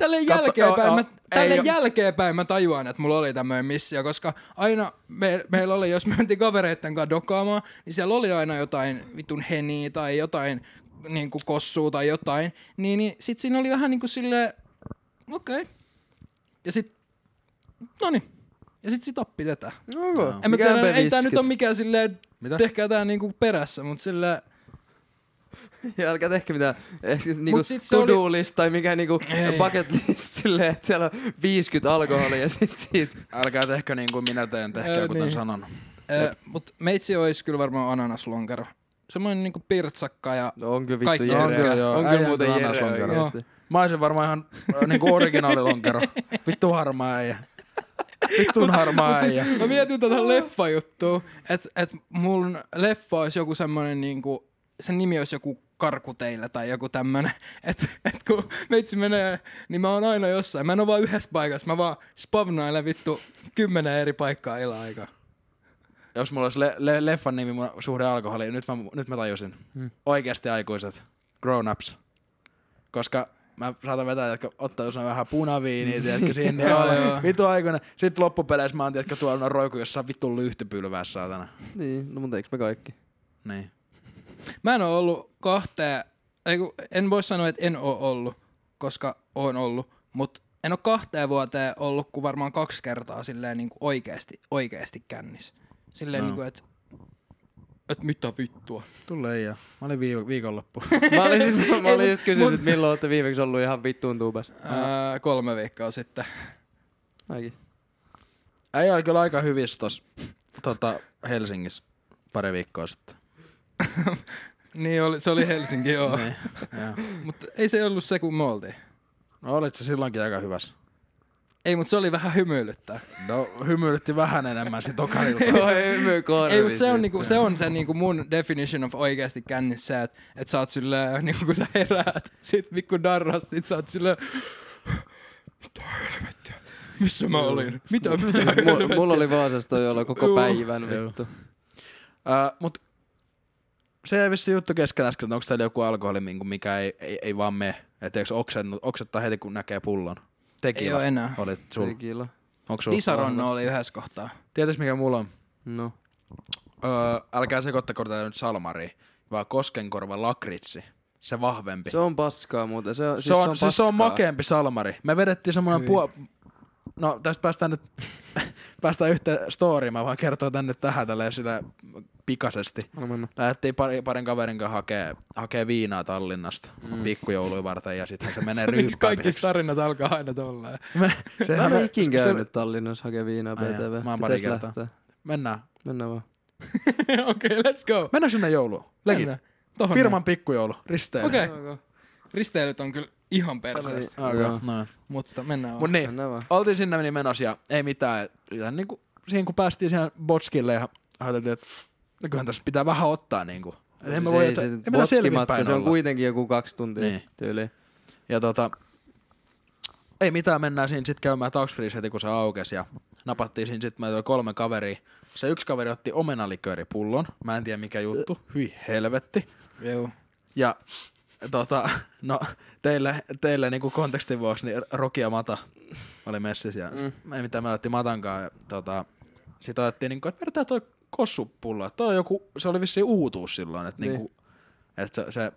Tälleen jälkeenpäin mä tajuan, että mulla oli tämmöinen missio, koska aina meillä oli, jos me mentiin kavereitten kanssa dokaamaan, niin siellä oli aina jotain vitun heniä tai jotain niinku kossua tai jotain, niin sit siinä oli vähän niinku silleen, okei. Ja sit, noniin. Ja sit oppi tätä. En mä tiedä, ei tää nyt oo mikään silleen, tehkää tää niinku perässä, mut silleen... Ja älkää tehkö mitään niinku to-do-list tai mikä niinku bucket list silleen, että siellä on 50 alkoholia ja sit siitä. Älkää tehkö niinku minä teen, tehkää kuten sanon. Mut meitsi ois kyllä varmaan ananaslonkero. Semmoinen niinku pirtsakka ja on kyllä kaikki. Vittu Jere. On kyllä muuten Jere oikeesti. Mä oisin varmaan ihan niinku originaalilonkero. Vittu harmaa äijä. Vittun harmaa äijä. Mä mietin tätä leffajuttua, että mun leffa olisi joku semmonen niinku, sen nimi olisi joku Karkuteillä tai joku tämmönen, että kun meitsi menee, niin mä oon aina jossain. Mä en oo vaan yhdessä paikassa, mä vaan spavnailen vittu 10 eri paikkaa illan-aikaa. Jos mulla olisi leffan nimi mun suhde alkoholiin, nyt mä tajusin. Oikeasti aikuiset. Grown ups. Koska mä saatan vetää, jotka ottaa jossain vähän punaviiniä, tiedätkö, sinne vittu aikuinen. Sitten loppupeleissä mä oon, tiedätkö, tuolla roiku jossain vittu lyhtypylväässä, saatana. Niin, no mutta eikö me kaikki? Niin. Mä en oo ollut en voi sanoa, että en oo ollut, koska oon ollut, mut en oo 2 vuoteen ollut, kuin varmaan 2 kertaa silleen niinku oikeesti kännis. Silleen niinku, että Et mitä vittua. Tulee ja. Mä olin viikonloppu. mä olin just kysynyt, että milloin olette viimeksi ollut ihan vittuun tuubassa. 3 viikkoa sitten. Mäkin. Äijä oli kyllä aika hyvissä tossa Helsingissä pari viikkoa sitten. Niin, se oli Helsinki, joo. Niin, mutta ei se ollut se, kun me oltiin. No olit se silloinkin aika hyvässä. Ei, mutta se oli vähän hymyilyttää. No hymyilytti vähän enemmän sit tokarilta. Ei, mutta se on se niinku mun definition of oikeasti kännissä, että sä oot silleen, niinku kun sä heräät, sit vikku darras, sit sä oot silleen, mitä helvettiä, missä mä olin? Mitä helvettiä? Mulla oli Vaasassa toi olla koko päivän vittu. Mut se ei vissi juttu kesken äsken, että onko täällä joku alkoholi, mikä ei vaan mene. Että eikö oksettaa heti, kun näkee pullon? Tekila. Ei oo enää. Olit sul. Tekila. Onko sul? Lisaronno oli yhdessä kohtaa. Tiedätkö mikä mulla on? No. Älkää sekoittako tätä nyt salmaria, vaan Koskenkorva lakritsi. Se vahvempi. Se on paskaa muuten. Se on makeampi salmari. Me vedettiin semmonen No tästä päästään yhteen storyin. Mä vaan kertoo tänne tähän tälleen sillä pikaisesti. Lähdettiin parin kaverin kanssa hakee viinaa Tallinnasta pikkujouluja varten ja sitten se menee ryyppäämiseksi. Kaikki tarinat alkaa aina tolleen. Mä en ikin käynyt Tallinnassa hakee viinaa BTV. Mä oon pari kertaa. Mennään vaan. Okei, let's go. Mennään sinne jouluun. Legit. Firman pikkujoulu. Risteily. Okei. Risteilyt on kyllä ihan perseestä. Mutta mennään vaan. Mut niin, oltiin sinne menossa ja ei mitään. Niinku, siihen kun päästiin siihen botskille ja ajateltiin, että kyllähän tässä pitää vähän ottaa niinku. Ei me voi selvinpäin se on kuitenkin joku 2 tuntia niin. Tyyliin. Ja ei mitään, mennään siinä sit käymään Tax Freeze heti kun se aukesi ja napattiin siinä sit, meitä oli 3 kaveria. Se yksi kaveri otti omenalikööripullon, mä en tiedä mikä juttu, hyi helvetti. Joo. Ja no teille niinku kontekstin vuoksi niin Roki ja Mata oli messissä ja ei mitään, me otettiin Matankaan ja sit otettiin niinku, että vedetään toi kossupullo, että toi on joku, se oli vissiin uutuus silloin, että niin. Niinku, että se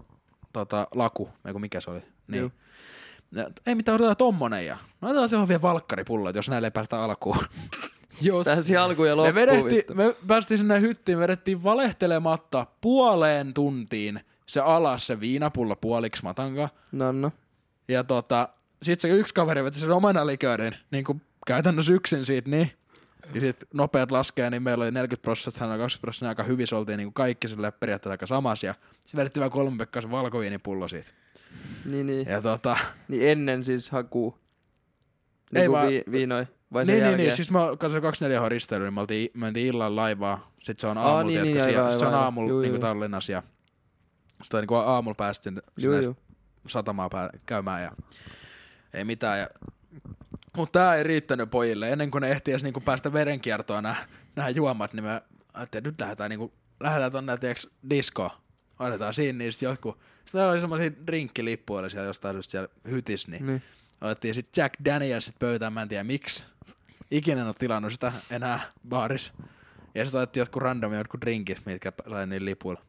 laku, eiku mikä se oli, niin. Ja, ei mitään, otetaan tommonen ja no otetaan se on vielä valkkaripullo, jos näille ei päästä alkuun. Jos. Tähän alkuun ja loppuun. Me päästiin sinne hyttiin, vedettiin valehtelematta 0,5 tuntiin se alas se viinapullo puoliksi Matankaan. No. Ja sit se yksi kaveri veti sen omenaliköörin, niinku käytännössä yksin siitä, niin. Ja sit nopeat laskee, niin meillä oli 40%, hän oli 20%, aika hyvissä oltiin niinku kaikki silleen periaatteessa aika samassa. Ja sit vedettiin vähän 3 pekkaisen valkoviinipullo siitä. Niin. Ja niin ennen siis hakuu. Ei niinku vaan viinoi. Vai sen jälkeen? Niin, siis mä katsoin 24H risteilyyn, niin me mentiin illalla laivaa, sit se on aamulla, se on aamulla niinku Tallinnassa ja sit on niinku aamulla päästin sinne satamaan käymään ja ei mitään. Mut tää ei riittänyt pojille, ennen kuin ne ehti edes niinku päästä verenkiertoon nää juomat, niin mä ajattelin, että nyt lähdetään tonne diskoon, otetaan siinä niistä joku. Sitten oli semmosia drinkkilippuja siellä jostain syystä siellä hytis, niin. Otettiin sit Jack Danielsit pöytään, mä en tiedä miksi. Ikinä en oo tilannut sitä enää baarissa. Ja sit otettiin jotkut drinkit, mitkä sai niin lipuilla.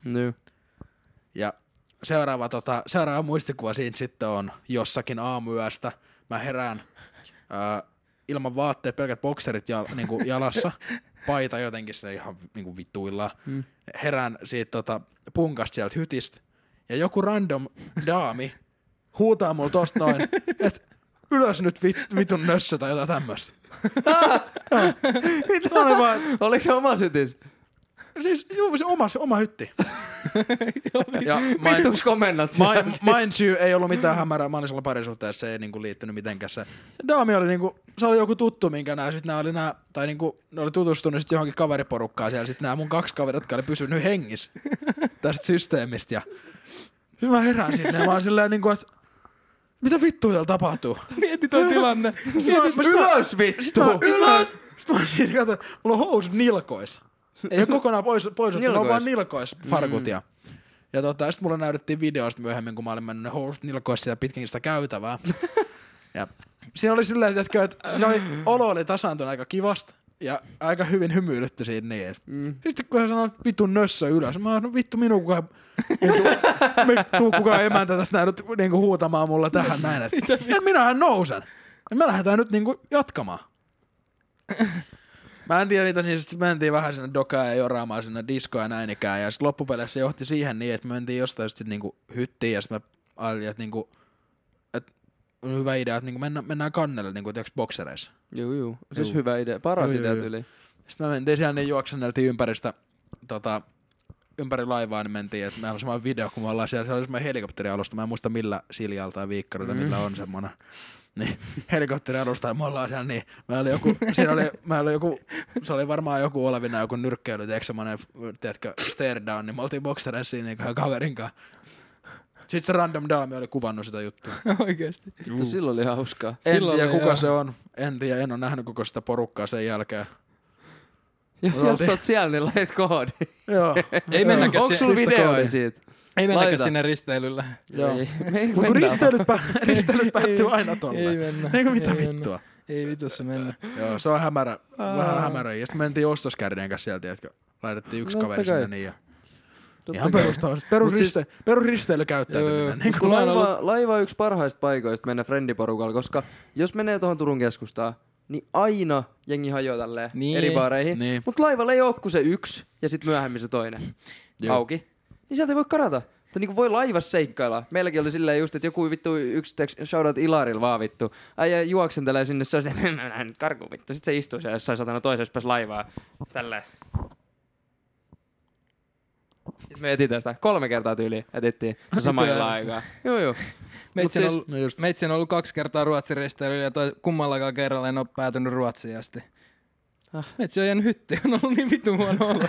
Ja seuraava muistikuva siitä sitten on jossakin aamuyöstä. Mä herään ilman vaatteet, pelkät bokserit niinku jalassa. Paita jotenkin se ihan niinku vittuillaan. Herään siitä punkasta sieltä hytistä. Ja joku random daami huutaa mulle tosta noin, että ylös nyt vitun nössö tai jotain tämmöstä. Oliko se oma sytis? Siis juu, se oma hytti. Vittuks komennat siellä? Mind you, ei ollut mitään hämärää maanisella parisuhteessa, se ei niinku liittynyt mitenkään. Se daami oli niinku, se oli joku tuttu, minkä ne oli tutustunut sit johonkin kaveriporukkaan siellä. Sit nää mun 2 kaverit, jotka oli pysynyt hengissä tästä systeemistä. Ja sit mä herään sinne ja mä oon silleen niinku, että mitä vittua täällä tapahtuu? Mieti toi tilanne. Ylös vittu! Ylös! Sitten mä siinä katsoin, mulla on housut nilkois. Ei oo kokonaan pois ne on vaan nilkois farkut ja sit mulle näytettiin videoista myöhemmin, kun mä olin mennyt ne housut nilkois siellä pitkin sitä käytävää. Ja siinä oli silleen, että olo oli tasaantunut aika kivasta ja aika hyvin hymyilytty siinä niin. Sitten kun hän sanoi, että vitun nössö ylös, mä sanoin, vittu minun kukaan emäntä tästä näin nyt niinku huutamaan mulle tähän näin, että minähän nousen. Ja me lähdetään nyt niinku jatkamaan. Mä en tiedä mitä, niin sitten mentiin vähän sinne dokaan ja joraamaan sinne diskoa ja näin ikään. Ja sitten loppupeleissä se johti siihen niin, että me mentiin jostain sitten niinku hyttiin ja sitten me ajattelin, että niinku, että on hyvä idea, että niinku mennään kannelle niinku tiiäks boksereissa. Juu. Siis hyvä idea. Paras idea tyyli. Sitten me mentiin siellä niin juoksenneltiin ympäri laivaa, niin mentiin, että meillä on semmoinen video, kun me ollaan siellä, se oli semmoinen helikopterialusta, mä en muista millä Siljalta tai Viikkarilta, millä on semmoinen. Niin, helikopterialusta ja me ollaan siellä niin, meillä oli joku, se oli varmaan joku olevina joku nyrkkeily, semmoinen, tiedätkö, stare down, niin me oltiin boksereissiin niin kaverin kanssa. Sitten se random daami oli kuvannut sitä juttua. Oikeesti. Silloin oli hauskaa. En tiedä kuka se on, en ole nähnyt koko sitä porukkaa sen jälkeen. Jos sä oot siellä, niin lait koodi. Joo. Ei mennäkään onko sulla videoja siitä? Ei mennäkään sinne risteilyllä. Joo. Mutta risteilyt päättyy aina tolle. Ei mennä. Eikö mitä vittua? Ei vitussa mennä. Joo, se on hämärä, vähän hämärä. Ja sitten mentiin ostoskärrien kanssa sieltä, että laitettiin yksi kaveri sinne niin ja ihan perusristeilykäyttäytyminen. Niin laiva on yksi parhaista paikoista mennä friendiporukalla, koska jos menee tuohon Turun keskustaan, niin aina jengi hajoaa tälleen eri baareihin. Niin. Mutta laivalla ei oo kuin se yksi ja sitten myöhemmin se toinen auki. Niin sieltä ei voi karata. Niin voi laivassa seikkailla. Meilläkin oli silleen just, että joku vittu shoutout Ilarilla vaan vittu. Äijä juoksentelee sinne, se on silleen, mä nyt karkuun vittu. Sitten se istuu siellä jossain satana toisessa päässä laivaa. Tälleen. Sitten me etitään sitä 3 kertaa tyyliin. Etittiin se samalla aikaa. Joo. Meitsi on ollut 2 kertaa Ruotsin risteilyllä ja kummallakaan kerralla en ole päätynyt Ruotsiin asti. Meitsi on jäänyt hyttiin, on ollut niin vittu huono olla.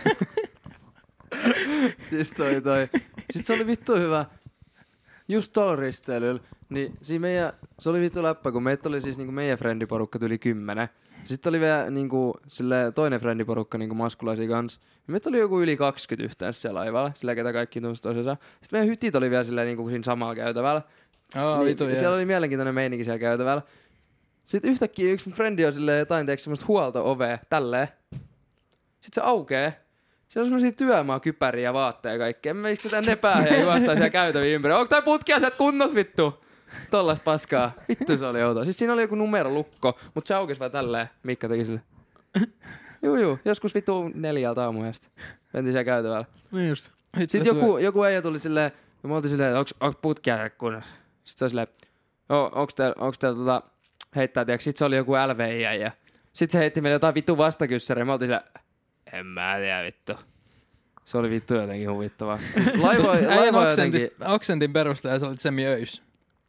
Siis toi. Sitten se oli vittu hyvä. Just tuolla risteilyllä. Niin siinä se oli vittu läppä, kun meitä oli siis niinku meidän friendiporukka yli 10. Sitten oli vielä niinku toinen friendiporukka niinku maskulaisia kanssa. Meitä oli joku yli 20 yhteensä siellä laivalla. Sillä ketä kaikki tunsi toisensa. Sitten meidän hytit oli vielä silleen niinku siinä samalla käytävällä. Siellä oli mielenkiintoinen meininki siellä käytävällä. Sitten yhtäkkiä yksi friendi on silleen jotain teeksi semmoista huolto-ovea tälleen. Sitten se aukee. Siellä on semmosia työmaakypäriä ja vaatteja ja kaikkea. Me iksetään ne päähän ja juostaan siellä käytäviä ympäri. Onko tää putkiasiat kunnos vittu? Tollaista paskaa. Vittu se oli outoa. Siis siinä oli joku numerolukko, mut se aukesi vaan tälleen. Mikka teki sille. Juu. Joskus vittu 4 aamuyöstä. Mentiin siellä käytävällä. Niin just. Sitten joku äijä tuli silleen, ja me oltiin silleen, onks putkiasiat kunnos? Sitten se oli silleen, onks teillä heittää, tiiäks? Sitten se oli joku LVI-äijä. Sitten se heitti meille jotain vittu vastakyssäriä. Me oltiin silleen, en mä tiedä vittu. Se oli vittu jotenkin huvittavaa. Laiva jotenkin aksentin perusteella sä olit semi-öis.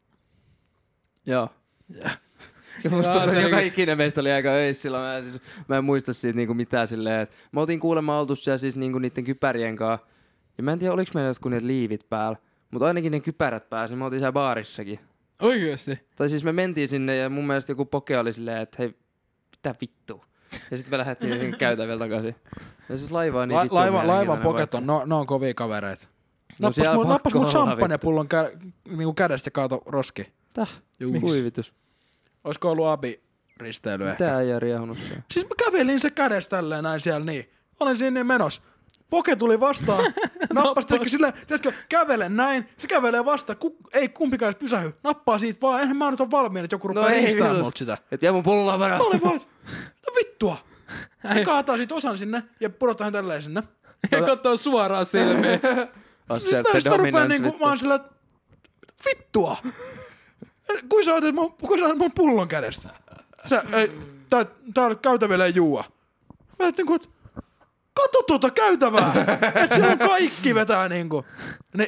Joo. Musta tuntuu, että joka ikinen meistä oli aika öis silloin. Mä en muista siitä niinku mitään silleen. Me oltiin kuulemma oltu siellä siis niinku niitten kypärien kanssa. Ja mä en tiedä oliks meillä jotkut ne liivit päällä. Mutta ainakin ne kypärät pääsi. Me oltiin siellä baarissakin. Oikeesti? Tai siis me mentiin sinne ja mun mielestä joku poke oli silleen, että hei, mitä vittua. Ja sitten me lähdettiin käytävältä takaisin. Ja siis laiva on niin vittu laivan poket on, ne on kovia kavereita. Nappas mun champagnepullon niinku kädestä ja kaato roski. Täh? Kui vitus? Oisko ollut abi-risteily ehkä? Mitä ei ole riehunut siellä? Siis mä kävelin se kädessä tälleen näin siellä niin. Olen siinä niin menossa. Poke tuli vastaan. Nappas teikö silleen, tiedätkö, kävelen näin. Se kävelee vastaan. Ei kumpikaan edes pysähy. Nappaa siitä vaan. Eihän mä nyt ole valmiina, että joku rupeaa riistämään multa sitä. Et jää mun pulloa varaan. Mä olin vaan, no vittua. Se kaataa siitä osan sinne ja pudottaa hän tälleen sinne. Ja katsoo suoraan silmiin. Siis mä rupeen niinku, mä oon sillä, vittua. Kui sä otit mun pullon kädessä? Sä, ei, tää oli käytäville juua. Mä et niinku, katso tuota käytävää. Et siellä on kaikki vetää niinku. Niin.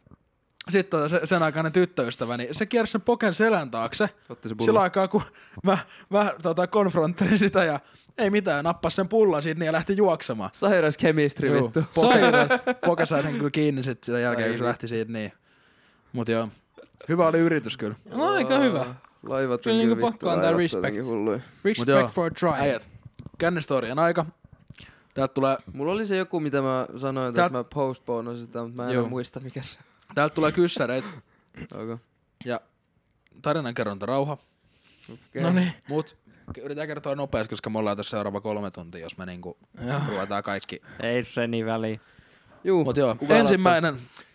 Sitten sen aikainen tyttöystäväni, se kiersi sen poken selän taakse. Sillä aikaa, kun mä konfrontterin sitä ja ei mitään, nappas sen pullon siitä niin ja lähti juoksemaan. Sairas chemistry vittu. Sairas. Poke sai sen kyllä kiinni sit sitä jälkeen, kun se lähti siitä niin. Mut joo, hyvä oli yritys kyllä. No aika hyvä. Laivat on kyllä pakko antaa respect. Respect for a try. Äijät, kännistorien aika. Täältä tulee... Mulla oli se joku, mitä mä sanoin, että mä postponasin sitä, mutta mä en muista mikä se. Täältä tulee kyssäreitä. Okay. Ja tarinankerronta rauha. Okay. Noniin. Mut yritetään kertoa nopeasti, koska me ollaan tässä seuraava 3 tuntia, jos me niinku ruvetaan kaikki. Ei se niin väliin. Mut joo, ensimmäinen.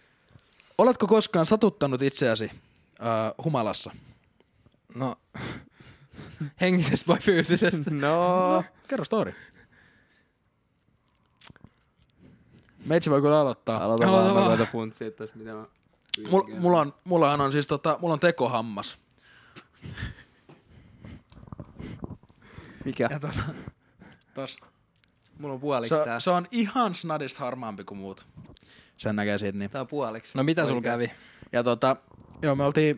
Oletko koskaan satuttanut itseäsi humalassa? No, Henkisesti vai fyysisesti? No. Kerro story. Meitsi voi kyllä aloittaa. Aloita vaan, mä koitan funtsia tässä, mitä mä... Mullahan on siis mulla on tekohammas. Mikä? Ja tos. Mulla on puoliksi tää. Se on ihan snadista harmaampi kuin muut. Sen näkee siitä niin. Tää on puoliksi. No mitä sul kävi? Ja joo, me oltiin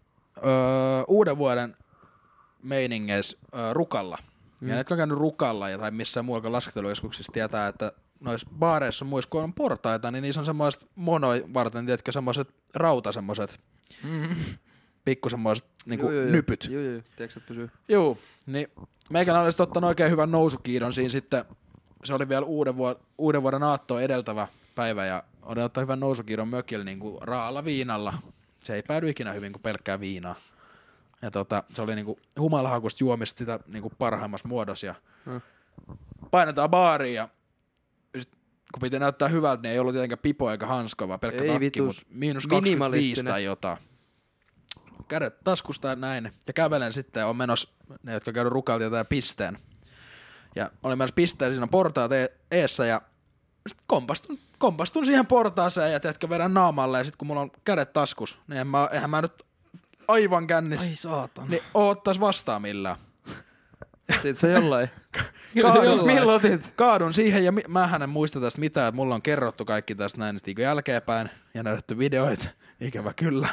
uuden vuoden meiningeissä Rukalla. Ja ne, jotka on käynyt Rukalla tai missään muualla laskettelukeskuksissa tietää, että noissa baareissa muissa, kun on portaita, niin niissä on semmoiset monoja varten, tiedätkö, semmoiset semmoiset pikku semmoiset niinku nypyt. Joo, tiedätkö, että pysyy? Joo, niin meikän olisi ottanut oikein hyvän nousukiidon siinä sitten. Se oli vielä uuden vuoden aattoa edeltävä päivä ja olin ottanut hyvän nousukiidon mökillä niinku raalla viinalla. Se ei päädy ikinä hyvin kuin pelkkää viinaa. Ja se oli niinku humalahakuista juomista sitä niinku parhaimmassa muodossa ja painetaan baariin ja kun piti näyttää hyvältä, niin ei ollut tietenkään pipo eikä hanska, vaan pelkkä takki, mutta -25 tai jotain. Kädet taskusta ja näin. Ja kävelen sitten ja on menossa, ne jotka käydään Rukalta jotain pisteen. Ja olin menossa pisteen siinä portaat eessä ja sitten kompastun siihen portaaseen ja teetkö vedän naamalle ja sitten kun mulla on kädet taskus, niin eihän mä nyt aivan kännissä. Ai saatana. Niin ottais vastaan millään. Tiit sä jollain? Milloin otit? Kaadun siihen ja mähän en muista tästä mitään, että mulla on kerrottu kaikki tästä näin jälkeenpäin ja näytetty videoita, ikävä kyllä.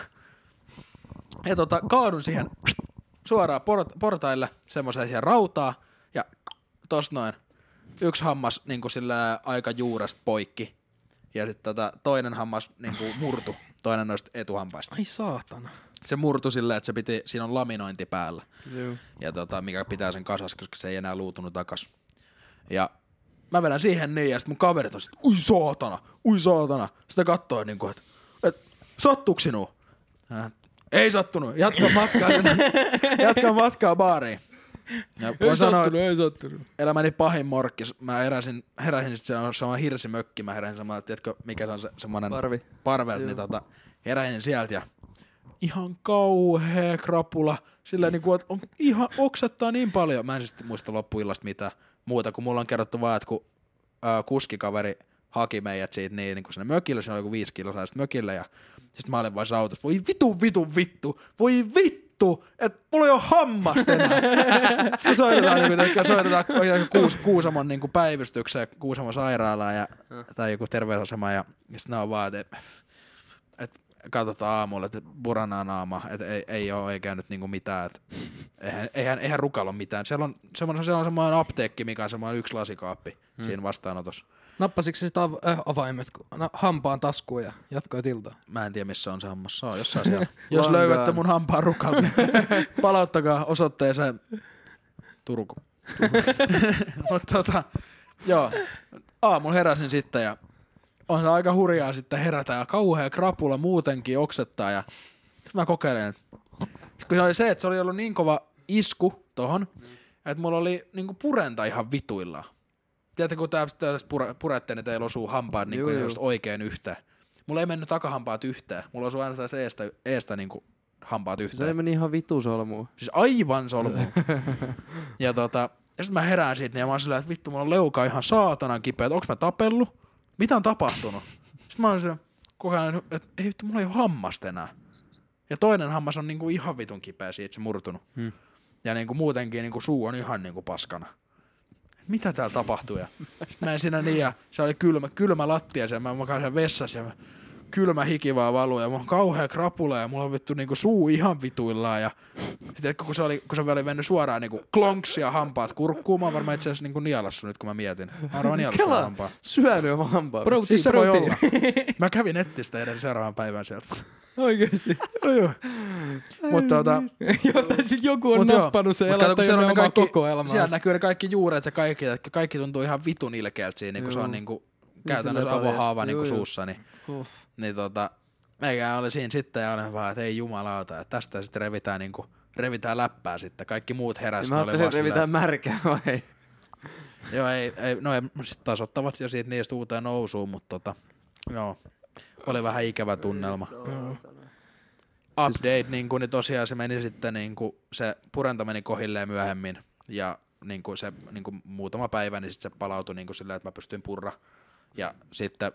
Ja kaadun siihen suoraan portaille semmoiseen siihen rautaa ja tossa noin yksi hammas niinku sillä aika juuresta poikki ja sitten toinen hammas niinku murtu, toinen noista etuhampaista. Ai saatana. Se murtu silleen, että siinä on laminointi päällä. Joo. Ja mikä pitää sen kasassa, koska se ei enää luutunut takas. Ja mä vedän siihen niin, ja sitten mun kaverit on sit, ui saatana. Sitä kattoo niinku, että sattuuko sinua? Ei sattunut, jatka matkaa baariin. Ja ei sattunut. Elämäni pahin morkkis. Mä heräsin sit se on hirsimökki, mä heräsin samalla, tiedätkö mikä se on semmonen parvel, niin heräsin sieltä ja ihan kauhea krapula. Sillä niinku, että on ihan oksettaa niin paljon. Mä en siis muista loppuillasta mitään muuta, kun mulla on kerrottu vaan, että kun kuskikaveri haki meidät siitä niin kun sinne mökille, siinä oli joku 5 kiloa mökille ja sitten mä olin vaan autossa, voi voi vittu, että mulla ei oo hammasta enää. Sitten soitetaan Kuusamon niinku päivystykseen, Kuusamon sairaalaan tai joku terveysasema ja sitten ne on vaan, että katsotaan aamulla, että puranaa naama, että ei ole käynyt niinku mitään, että eihän Rukalla ole mitään. Siellä on semmoinen apteekki, mikä on semmoinen yksi lasikaappi siinä vastaanotossa. Nappasitko se sitä avaimet hampaan taskuun ja jatkoi iltaa? Mä en tiedä, missä on se hammas. Se on jossain siellä. Jos löydätte mun hampaan Rukalla, niin palauttakaa osoitteeseen Turku. Mutta joo, aamulla heräsin sitten ja on se aika hurjaa sitten herätä ja kauhea krapula muutenkin oksettaa ja mä kokeilen, että kun se oli se, että se oli ollut niin kova isku tohon, että mulla oli niinku purenta ihan vituillaan. Tiedätkö, kun tästä puretteen, että teillä osuu hampaat niinku just oikein yhteen. Mulla ei mennyt takahampaat yhteen. Mulla osuu aina eestä niinku hampaat yhteen. Se meni ihan vitu solmuun. Siis aivan solmuun. Ja sit mä herään siitä ja mä oon silleen, että vittu, mulla on leuka ihan saatanan kipeä, että onks mä tapellut? Mitä on tapahtunut? Sitten mä oon silleen, koko ajan, että ei vittu, mulla ei oo hammasta enää. Ja toinen hammas on niinku ihan vitun kipeä siitä, se murtunut. Ja niinku muutenkin niinku suu on ihan niinku paskana. Mitä täällä tapahtuu? Ja sitten mä en siinä niin, ja se oli kylmä lattia, ja mä makasin siellä vessassa, ja kylmä hiki vaan valuu, ja mulla on kauhea krapula, ja mulla on vittu niinku suu ihan vituillaan, ja sitten kun se oli mennyt suoraan niinku klonks ja hampaat kurkkuun, mä oon varmaan itse asiassa niinku nielassu nyt, kun mä mietin. Mä oon varmaan nielassu hampaa. Syönyt oma hampaa. Siis se voi olla. Mä kävin nettistä edes seuraavan päivän sieltä. Oikeesti? Joo. Mutta joo, tai sit joku on nappannut sen elättäjän omaa kokoelmaa. Siellä näkyy ne kaikki juuret ja kaikki tuntuu ihan vitun ilkeältä siinä, niin kun se on niinku käytännössä avohaava niinku suussa. Niin meikä oli siinä sitten ja olin vaan, että ei jumalauta, että tästä sitten revitään läppää sitten. Kaikki muut heräsivät. Mä ajattelin, että revitään märkää vai? Joo, no sit taas ottavat jo siitä niistä uuteen nousuun, mutta joo, oli vähän ikävä tunnelma. update, niin tosiaan se meni sitten, niin kuin, se purento meni kohilleen myöhemmin, ja niin kuin se niin kuin muutama päivä, niin sitten se palautui niin kuin silleen, että mä pystyin purra. Ja sitten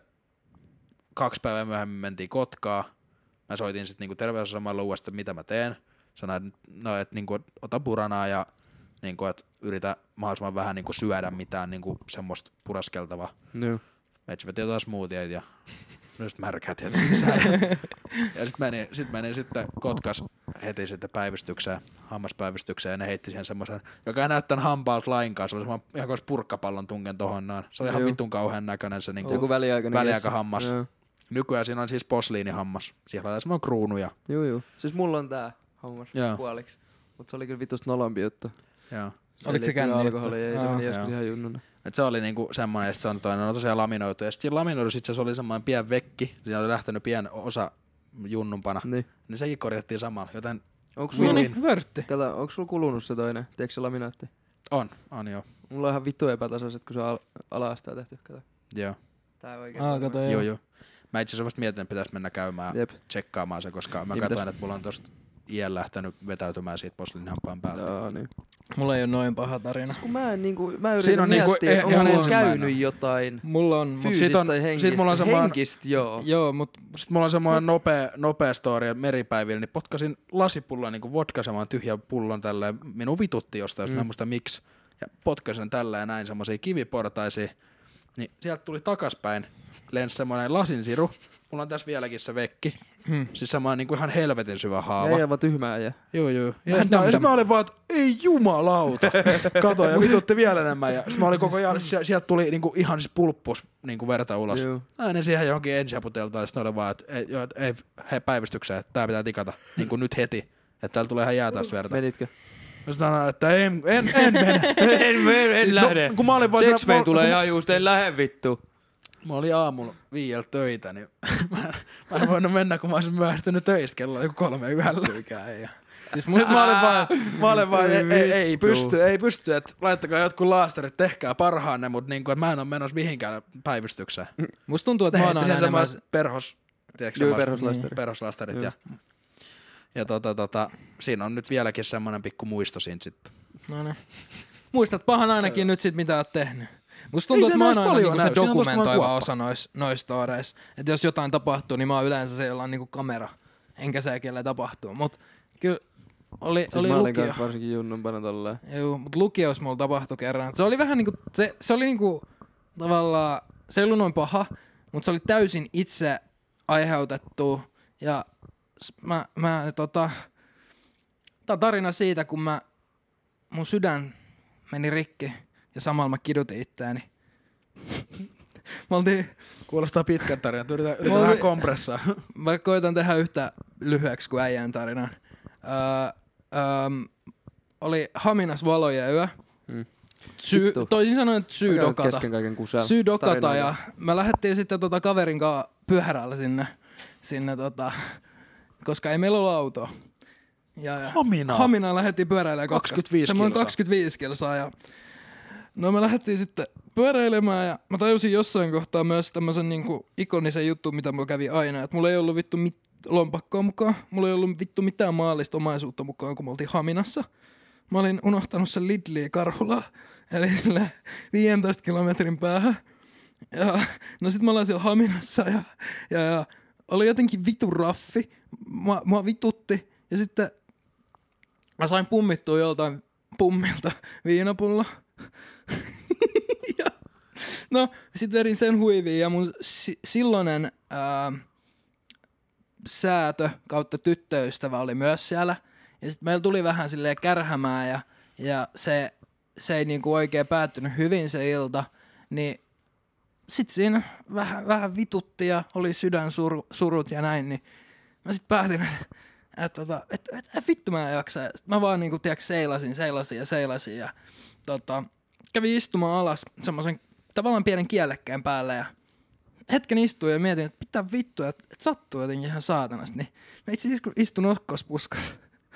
2 päivää myöhemmin mentiin Kotkaan. Mä soitin sitten niin terveysasemalla uudestaan, mitä mä teen. Sanoin, että niin kuin, ota puranaa ja niin kuin, että yritä mahdollisimman vähän niin kuin syödä mitään niin kuin semmoista puraskeltavaa. No. Meitsi veti jotain smoothieita ja just märkää tietysti sisään. Ja sitten meni sitten Kotkas heti sitten päivystykseen, hammaspäivystykseen, ja ne heitti siihen semmoisen, joka ei näyttänyt hampaalta lainkaan, se oli semmoinen ihan kuin purkkapallon tungen tohon noin. Se oli ihan vitun kauhean näköinen se niinku joku väliaikahammas. Nykyään siinä on siis posliinihammas. Siellä on semmoinen kruunuja. Joo. Siis mulla on tää hammas puoliksi. Mut se oli kyllä vitusta nolompi juttu. Joo. Oliko se känni juttu? Ei, se meni joskus ihan junnuna. Et se oli niinku semmoinen, että se on toinen, on tosiaan laminoitu. Ja sitten laminoidussa itse asiassa oli semmoinen pien vekki. Siinä oli lähtenyt pien osa junnumpana. Niin sekin korjattiin samalla. Joten onko sulla vörtti? Kato, onko sulla kulunut se toinen? Tiedätkö se laminaatti? On joo. Mulla on ihan vittu epätasaiset, kun se on ala-astaa tehty. Kato. Joo. Tää oikein. Kato, joo. Mä itse asiassa vasta mietin, että pitäisi mennä käymään tsekkaamaan se, koska mä katsoin, että mulla on tosta iän lähtenyt vetäytymään siitä posliinihampaan päälle. Joo, niin. Mulla ei ole noin paha tarina. Siis kun mä yritän miettiä, onko mulla käynyt jotain mulla on fyysistä tai henkistä, joo. Joo, mut sit mulla on semmoinen nopea story meripäivillä, niin potkasin lasipulloa niinku vodkasemaan tyhjän pullon tälleen. Minun vitutti jostain, mä en muista miksi. Ja potkasin tällä ja näin semmosia kiviportaisia. Niin sieltä tuli takaspäin, lensi semmoinen lasinsiru. Mulla on tässä vieläkin se vekki. Siis semmoinen niinku ihan helvetin syvä haava. Ei vaan tyhmää ja. Joo. Ja sit mä olin vaan, että ei jumalauta. Kato ja vitutti vielä enemmän. Ja sit mä olin koko ajan, sieltä tuli niinku ihan siis pulppus niinku verta ulos. Näin siihen johonkin ensiaputeltaan. Ja sit oli vaan, että ei päivystykseen, että tää pitää tikata niinku nyt heti. Että täällä tulee ihan jäätäistä verta. Menitkö? Mä sanoin, että en mene. en lähde. Kun mä olin vaan Sexman tulee ihan just, en lähde vittu. Mä olin aamulla 5 töitä, niin mä en voinut mennä, kun mä olisin myöhästynyt töistä kello joku 3 yöllä. Siis musta mä olin vaan ei pysty, että laittakaa jotkut laastarit, tehkää parhaanne, mutta niinku, mä en ole menossa mihinkään päivystykseen. Musta tuntuu, että mä oon aina enemmän perhoslaastarit ja siinä on nyt vieläkin semmoinen pikku muisto siinä sitten. No niin. Muistat pahan ainakin nyt sit, mitä oot tehnyt. Musta tuntuu, että mä oon aina niinku se dokumentoiva osa noissa storeissa. Että jos jotain tapahtuu, niin mä oon yleensä se, jolla on niinku kamera. Enkä se, kelle tapahtuu. Mut kyllä oli lukio. Varsinkin junnumpana tolleen. Joo, mut lukiossa mulla tapahtui kerran. Se oli vähän niinku, se oli niinku tavallaan, se ei ollut noin paha, mut se oli täysin itse aiheutettu. Ja tää on tarina siitä, kun mun sydän meni rikki ja samalla mä kidutin itteeni. Kuulostaa pitkän tarinan, yritän vähän kompressaa. Mä koitan tehdä yhtä lyhyeksi kuin äijän tarinan. Oli Haminas valojen yö. Toisin sanoen syy dokata ja mä lähdettiin sitten kaverin kanssa pyörällä sinne koska ei meillä ollut autoa. Ja Haminaan lähdettiin pyöräilemään 25 kilsaa. Ja no me lähdettiin sitten pyöräilemään ja mä tajusin jossain kohtaa myös tämmösen niinku ikonisen juttu, mitä mulla kävi aina. Että mulla ei ollut vittu lompakkoa mukaan. Mulla ei ollut vittu mitään maallista omaisuutta mukaan, kun me oltiin Haminassa. Mä olin unohtanut sen Lidliä Karhulaa. Eli sille 15 kilometrin päähän. Ja no sit mä ollaan siellä Haminassa ja oli jotenkin vitun raffi. Mua vitutti. Ja sitten mä sain pummittua joltain pummilta viinapullo. No, sit vedin sen huiviin ja mun silloinen säätö kautta tyttöystävä oli myös siellä. Ja sit meillä tuli vähän silleen kärhämää ja se ei niinku oikein päättynyt hyvin se ilta. Niin sit siinä vähän vitutti ja oli sydänsurut ja näin, niin mä sit päätin, että vittu mä en jaksa. Sit mä vaan niinku seilasin ja kävin istumaan alas semmosen tavallaan pienen kielekkeen päälle ja hetken istuin ja mietin, että mitä vittua, että sattuu jotenkin ihan saatanasti. Niin mä itse asiassa istun okkospuskas.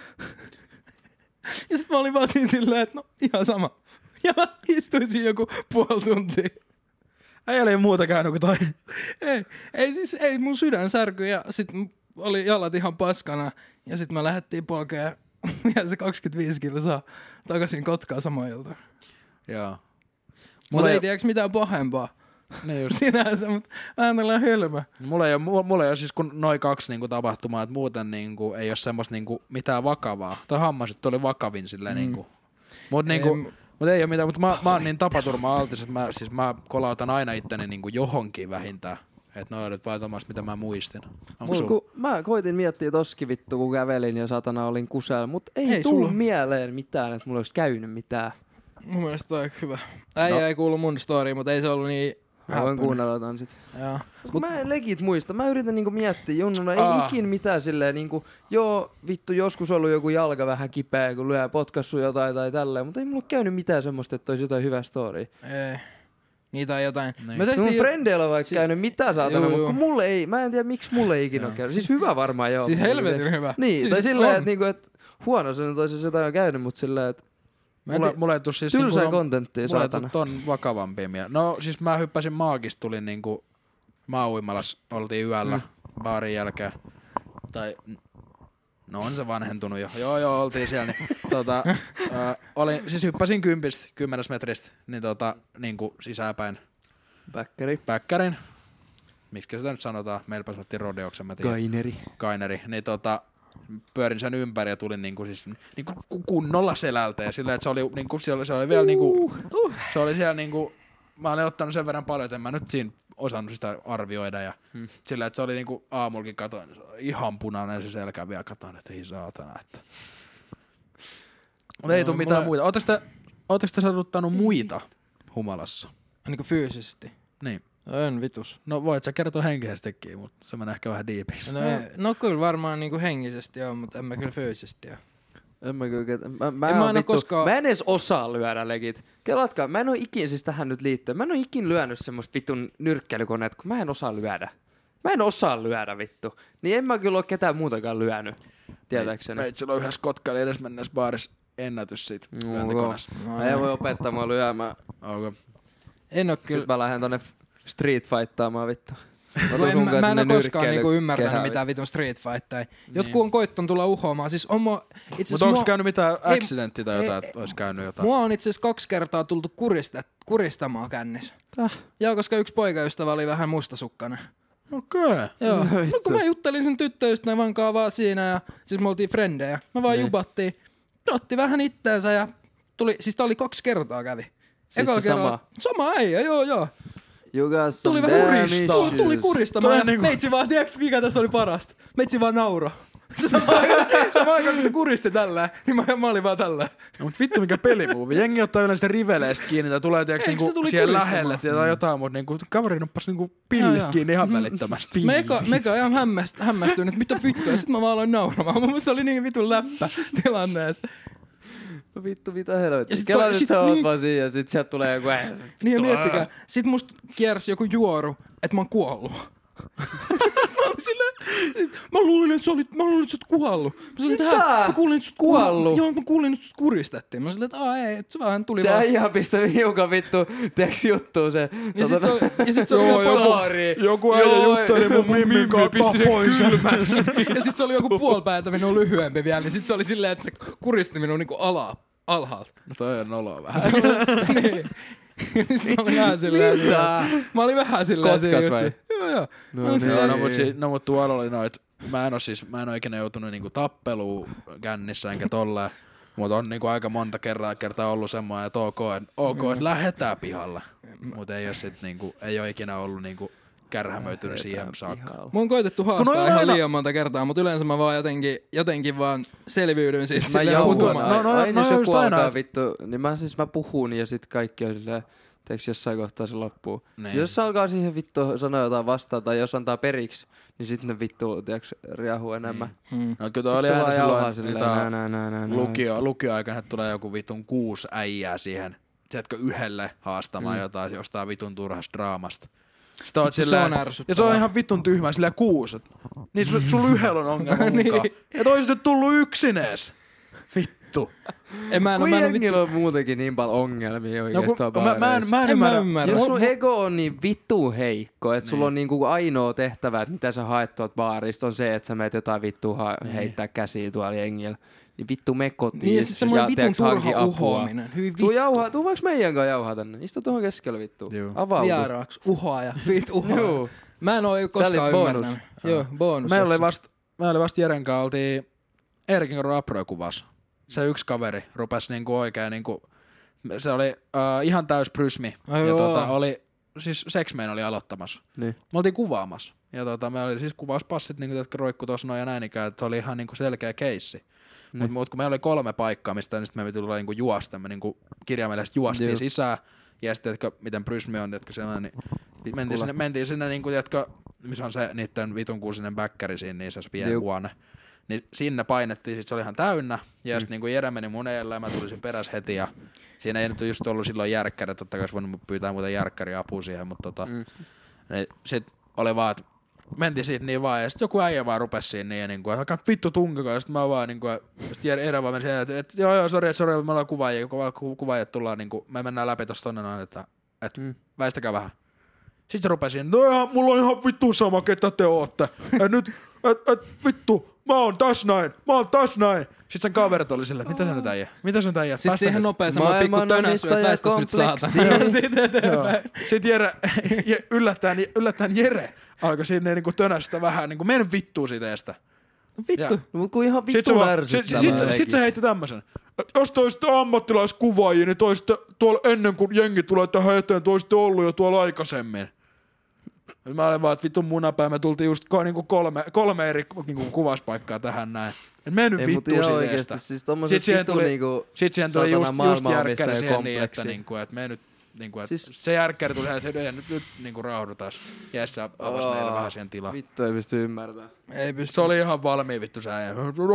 Ja sit mä olin vaan siinä silleen, että no ihan sama. Ja mä istuin siinä joku puoli tuntia. Ei muuta käynyt kuin toi. Ei mun sydän särkyi ja sit oli jalat ihan paskana ja sit me lähdettiin polkeen vielä se 25 kilsaa takaisin Kotkaan samaan iltaan. Joo. Mutta ei tiedäks mitään pahempaa. Ne just. Sinänsä, mutta vähän tällainen hölmö. Mulla ei ole siis kun noin 2 niinku tapahtumaa, että muuten niinku ei ole semmoista niinku mitään vakavaa. Toi hammaset oli vakavin silleen niinku. Mut niinku, mut ei oo mitään, mut mä oon niin tapaturma-altis, että mä kolautan aina itteni niinku johonkin vähintään. Et noi olet vaan tommoista, mitä mä muistin. Mä koitin miettiä toskin vittu, kun kävelin ja satana olin kusella, mut ei tuu mieleen mitään, että mulla olisi käynyt mitään. Mun mielestä toi on hyvä. Äijä ei kuulu mun storyin, mutta ei se ollut niin... Mä voin kuunnella ton sit. Joo. Mä en legit muista. Mä yritän niinku miettiä junnuna. Ei ikin mitään silleen niinku... Joo, vittu, joskus ollut joku jalka vähän kipeä, kun lyö potkassu jotain tai tälleen. Mutta ei mulla käynyt mitään semmoista, että olisi jotain hyvää storya. Ei. Niitä on jotain. Niin. Mun frendeillä on vaikka siis, käynyt mitään saatana, mutta kun mulle ei... Mä en tiedä, miksi mulle ei ikinä ole käynyt. Siis hyvä varmaan joo. Siis helvetin hyvä. Niin, siis tai silleen, että niinku, et huono se nyt olisi, jos jotain on käynyt, mutta silleen, että... Mulla ei tuu siis tylsää kontenttia, mulla saatana. Mulla ei tuu ton vakavampia mieleen. No siis mä hyppäsin maagista, tulin niinku maa-uimalas, oltiin yöllä baarin jälkeen. Tai no on se vanhentunut jo. Joo, oltiin siellä. Niin, siis hyppäsin 10 metristä, niin niinku sisäänpäin. Bäkkärin. Miksi sitä nyt sanotaan? Meilläpä sanottiin rodeoksen, mä tiedän. Kaineri. Niin pyörin sen ympäri ja tulin niinku kunnolla selältä ja sillä, että se oli niinku, se oli vielä niinku, se oli siellä niinku, mä olin ottanut sen verran paljon, että en mä nyt siinä osannut sitä arvioida ja sillä, että se oli niinku aamulkin katoin, se oli ihan punainen se selkä vielä katoin, että ei saatana, että. Mutta ei tuu mitään muita. Ootteko te satuttanut muita humalassa? Niinku fyysisesti? Niin. En vitus. No voit sä kertoa henkisestikin, mutta se menee ehkä vähän diipiksi. No kyllä varmaan niinku henkisesti joo, mutta en mä kyllä fyysisesti joo. En mä kyllä mä en edes osaa lyödä legit. Kelatkaa, mä en oo ikin siis tähän nyt liittyen. Mä en oo ikin lyönyt semmoista vittun nyrkkeilykoneet, kun mä en osaa lyödä. Mä en osaa lyödä vittu. Niin en mä kyllä oo ketään muutakaan lyönyt. Tietääkseni. Meitsillä on yhdessä Kotkan edesmennessä baarissa ennätys siitä lyöntikonessa. Ei voi opettaa mua lyömään. Okay. En oo kyllä. Sitten mä lähden tonne street fighttaamaan vittu. Mä en oo koskaan niinku ymmärtänyt mitään vitun street fightia. Jotkut on koittanut tulla uhoamaan. Siis mutta onko käynyt mitään accidenttia tai jotain, että olisi käynyt jotain? Mua on itse asiassa 2 kertaa tultu kuristamaan kännissä. Joo, koska yksi poikaystävä oli vähän mustasukkainen. Okei. Joo. No kun mä juttelin sen tyttöystävän kanssa vaan siinä ja siis me oltiin frendejä. Me vaan jubattiin. Otti vähän itteensä ja tuli, siis tää oli 2 kertaa kävi. Siis se sama äijä, joo. Tuli vähän kuristamaan. Tuli kuristamaan ja niinku... meitsi vaan, tiiäks mikä tässä oli parasta? Meitsi vaan nauro. Samaan aikaan kun se kuristi tällä, niin mä olin vaan tällä. No, mut vittu mikä pelimuovi. Jengi ottaa yleensä riveleistä kiinni tai tulee tiiäks niinku siihen lähelle tai jotain, mutta niinku kaveri noppas niinku pillistä kiinni ihan välittömästi. Meka ihan hämmästyin, että mitä vittua, ja sit mä vaan aloin nauramaan. Mun se oli niin vitun läppä tilanne, että... No vittu, mitä helvettiä. Kela nyt sä oot vaan siinä ja sit sieltä tulee joku Niin ja miettikää. Sit musta kiersi joku juoru, että mä oon kuollut. Mä luulin, että sä oot kuollut. Mä kuulin, että sä kuollut. Joo, mä kuulin, että sut kuristettiin. Mä sanoin, että ei, että se vähän tuli vaan. Se äijä on pistänyt hiukan vittu, teeks juttuu se. Ja sit se oli joku äijä jutteli mun mimmin kanssa pois. Ja sit se oli joku puolipäätä minun lyhyempi vielä. Niin sit se oli silleen, että se kuristi minun niinku alhaalta. No toi on noloa vähän. Niin. Mä olin vähän silleen. Mä olin vähän silleen. Kotkas vai? Joo. No mut tuolla oli noit. Mä en oo ikinä joutunut niinku tappeluun kännissä enkä tolleen. Mut on niinku aika monta kertaa ollut semmoinen, että ok, että lähetään pihalle. Mut ei oo sit niinku, ei oo ikinä ollut niinku kärhämöitynyt siihen saakka. Mun on koitettu haastaa ihan liian monta kertaa, mutta yleensä mä vaan jotenkin vaan selviydyn siitä. Mä jauhan aina jos joku alkaa vittu, niin mä puhun ja sit kaikki on silleen, teeks jossain kohtaa se loppuu. Niin. Jos se alkaa siihen vittu sanoa jotain vastaan tai jos antaa periksi, niin sit ne vittu tiiäks riahuu enemmän. No kyllä toi oli aina silloin lukioaikana, että tulee joku vittun 6 äijää siihen, tiedätkö, yhdelle haastamaan jotain jostain vitun turhasta draamasta. Ja se on ihan vittun tyhmää, silleen 6. Niin sulla yhdellä on ongelma mukaan. Et oisit nyt tullut yksin ees. Vittu. vittu. Kun jengillä on muutenkin niin paljon ongelmia oikeastaan mä en ymmärrä. Jos sun ego on niin vittu heikko, että sulla on niinku ainoa tehtävä, että mitä sä haet tuolta baarista, on se, että sä meet jotain vittua heittää käsiä tuolla jengillä. Niin vittu me kotiin. Niin ja sit semmoinen vitun turha uhoaminen. Tuu vaikka meidän kanssa jauhaa tänne. Istu tuohon keskelle vittu. Avaudu. Vieraaksi. Uhoa ja uhoa. Mä en oo koskaan ymmärtänyt. Joo, bonus. Me oli vasta Jeren kanssa, oltiin Eerikin kanssa Apro-kuvassa. Se yksi kaveri rupesi niinku oikein niinku, se oli ihan täys prysmi. Ja oli, siis Sexman oli aloittamassa. Niin. Me oltiin kuvaamassa. Ja me oli siis kuvauspassit, niinku, jotka roikku tuossa noin ja näin ikään, että oli ihan niinku selkeä keissi. Mutta kun meillä oli 3 paikkaa, mistä niin me piti tulla niinku juosta, me niinku kirjaimellisesti juostiin sisään. Ja sitten, miten prysmi on, sellainen, niin mentiin sinne niinku, missä on se niitten vitun kuusinen bäkkäri siinä, niin se pieni huone. Niin sinne painettiin, sit se oli ihan täynnä. Ja sitten niinku Jere meni mun edellä ja mä tulisin peräs heti. Ja siinä ei nyt just ollut silloin järkkäri, totta kai olisi voinut pyytää muuten järkkäriä apua siihen, mutta niin sit oli vaan, että mentiin siitä niin vaan, ja sit joku äijä vaan rupesi siinä niin, ja niinku, että alkaa vittu tunkakaan, ja sit mä vaan niinku, sit Jere vaan meni siihen, että joo, sori, me ollaan kuvaajat tullaan niinku, me mennään läpi tosta tonne noin, että väistäkää vähän. Sit se rupesi siinä, no ihan, mulla on ihan vittu sama, ketä te ootte, et nyt, vittu, mä oon taas näin. Sit sen kaverit oli silleen, mitä sä nyt äijä? Sit siihen nopea sama pikku tönäsy, että väistäs nyt saatana. Sitten eteenpäin. Sit Jere, yllättäen Jere alkoi siinä niinku tönästä vähän, niinku mennyt vittuun siitä eestä. No vittu, mut kun ihan vittu ärsyttävää. Sit se heitti tämmösen. Jos te olisitte ammattilaiskuvaajia, niin toisitte tuolla ennen kuin jengi tulee tähän eteen, toisitte ollut jo tuolla aikaisemmin. Mä olin vaan, että vittu munapää, me tultiin just niinku kolme eri niinku kuvauspaikkaa tähän näin. Et mennyt vittuun siitä eestä. Siis tommoset vittu niinku sit siihen tuli just järkkäri siihen niin, että niinku, et me nyt niinku, et siis se järkkäri tuli, että nyt niinku rauhoitutaan. Jesse avasi meille vähän siihen tilaa. Vittu ei pysty ymmärtämään. Ei pysty. Se oli ihan valmiin vittu sää.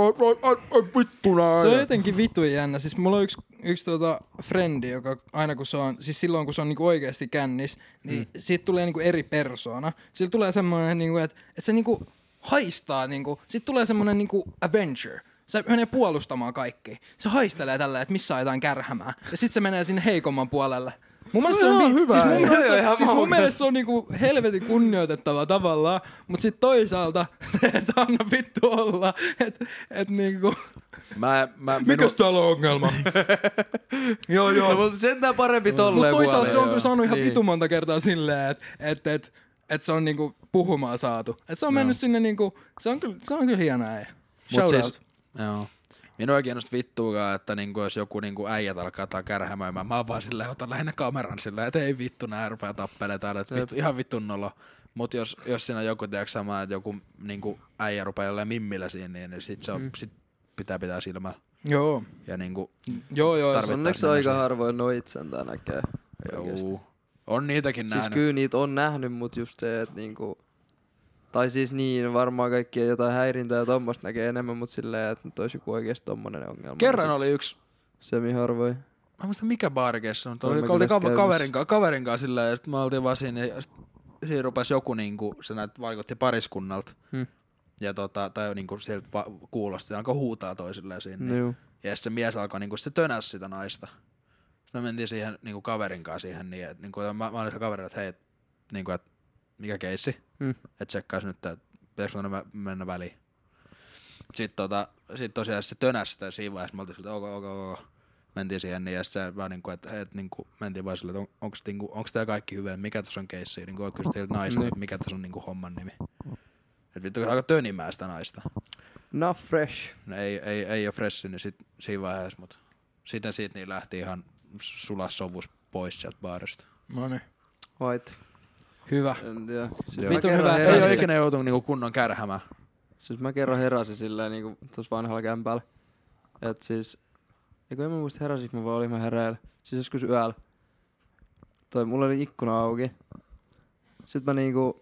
Vittu nää. Se on jotenkin vittu jännä. Siis mulla on yksi frendi, joka aina kun se on, siis silloin kun se on niinku oikeesti kännis, niin siitä tulee niinku eri persoona. Sillä tulee semmoinen niinku, että se niinku haistaa niinku, sit tulee semmoinen niinku Avenger. Se menee puolustamaan kaikki. Se haistelee tällä, että missä on jotain kärhämää. Ja sit se menee sinne heikomman puolelle. Mun mielestä se on hyvä. Mun mielestä se on niinku helvetin kunnioitettava tavallaan, mut sit toisaalta se, että anna vittu olla, et niinku mikäs täällä on ongelma? Joo. No, mutta sentään parempi tolleen. Mut toisaalta se on kyllä saanut ihan vitu monta kertaa silleen, että se on niinku puhumaan saatu. Et se on mennyt sinne niinku, se on kyllä hienoa. Shout out. Joo. Minua ei kiinnosta vittuakaan, että niinku, jos joku niinku äijät alkaa kärhämöimään. Mä oon vaan silleen, otan lähinnä kameran silleen, että ei vittu, nää rupea tappelee täällä. Ihan vittun nolo. Mut jos siinä on joku, tiedätkö samaa, että joku niinku äijä rupea jolleen mimmillä siinä, niin sit pitää silmällä. Joo. Ja niinku joo. Onneksi aika harvoin noit sentään näkee. Joo. On niitäkin nähnyt. Siis kyllä niitä on nähnyt, mut just se, että niinku tai siis niin, varmaan kaikkia jotain häirintää ja tommoista näkee enemmän, mutta silleen, että nyt olisi joku oikeesti tommonen ongelma. Kerran oli yksi semi-harvoin. Mä muista mikä baarikessa on. Oltiin kaverin kanssa silleen, ja sit me oltiin vaan siinä, ja siinä rupesi joku niinku, se vaikutti pariskunnalta. Ja tai niinku sieltä kuulosti, alkoi huutaa toisilleen siinä. Niin. Ja se mies alkoi niinku, se tönäsi sitä naista. Sitten me mentiin siihen niinku kaverin kanssa siihen, niin että niinku, mä olin se kaverilla, että hei, niinku, että mikä keissi? Et tsekkaas nyt, että pitäisikö mennä väliin. Sitten tosiaan se tönäsi sitä siinä vaiheessa, me oltiin siltä, ok. Mentiin siihen, niin ja sitten se vaan niinku, että niinku, mentiin vaan silleen, että onks tää kaikki hyvä, mikä tässä on keissi, niinku kysyt teiltä naiselta, että mikä tässä on niinku homman nimi. Et vittu, kun alkoi tönimään sitä naista. Not fresh. No, ei oo fresh, niin sit siinä vaiheessa, mut sitten siitä niin lähti ihan sulas sovus pois sieltä baarista. Noniin. White. Hyvä. En tiedä. Siis vitun hyvä. Ei oo ikinä joutunut niinku kunnon kärhämään. Siis mä kerran heräsin silleen niinku tossa vanhalla kämpällä. Et siis en mä muista heräsiks mä vaan olin mä hereillä. Siis joskus yöllä. Mulla oli ikkuna auki. Sit mä niinku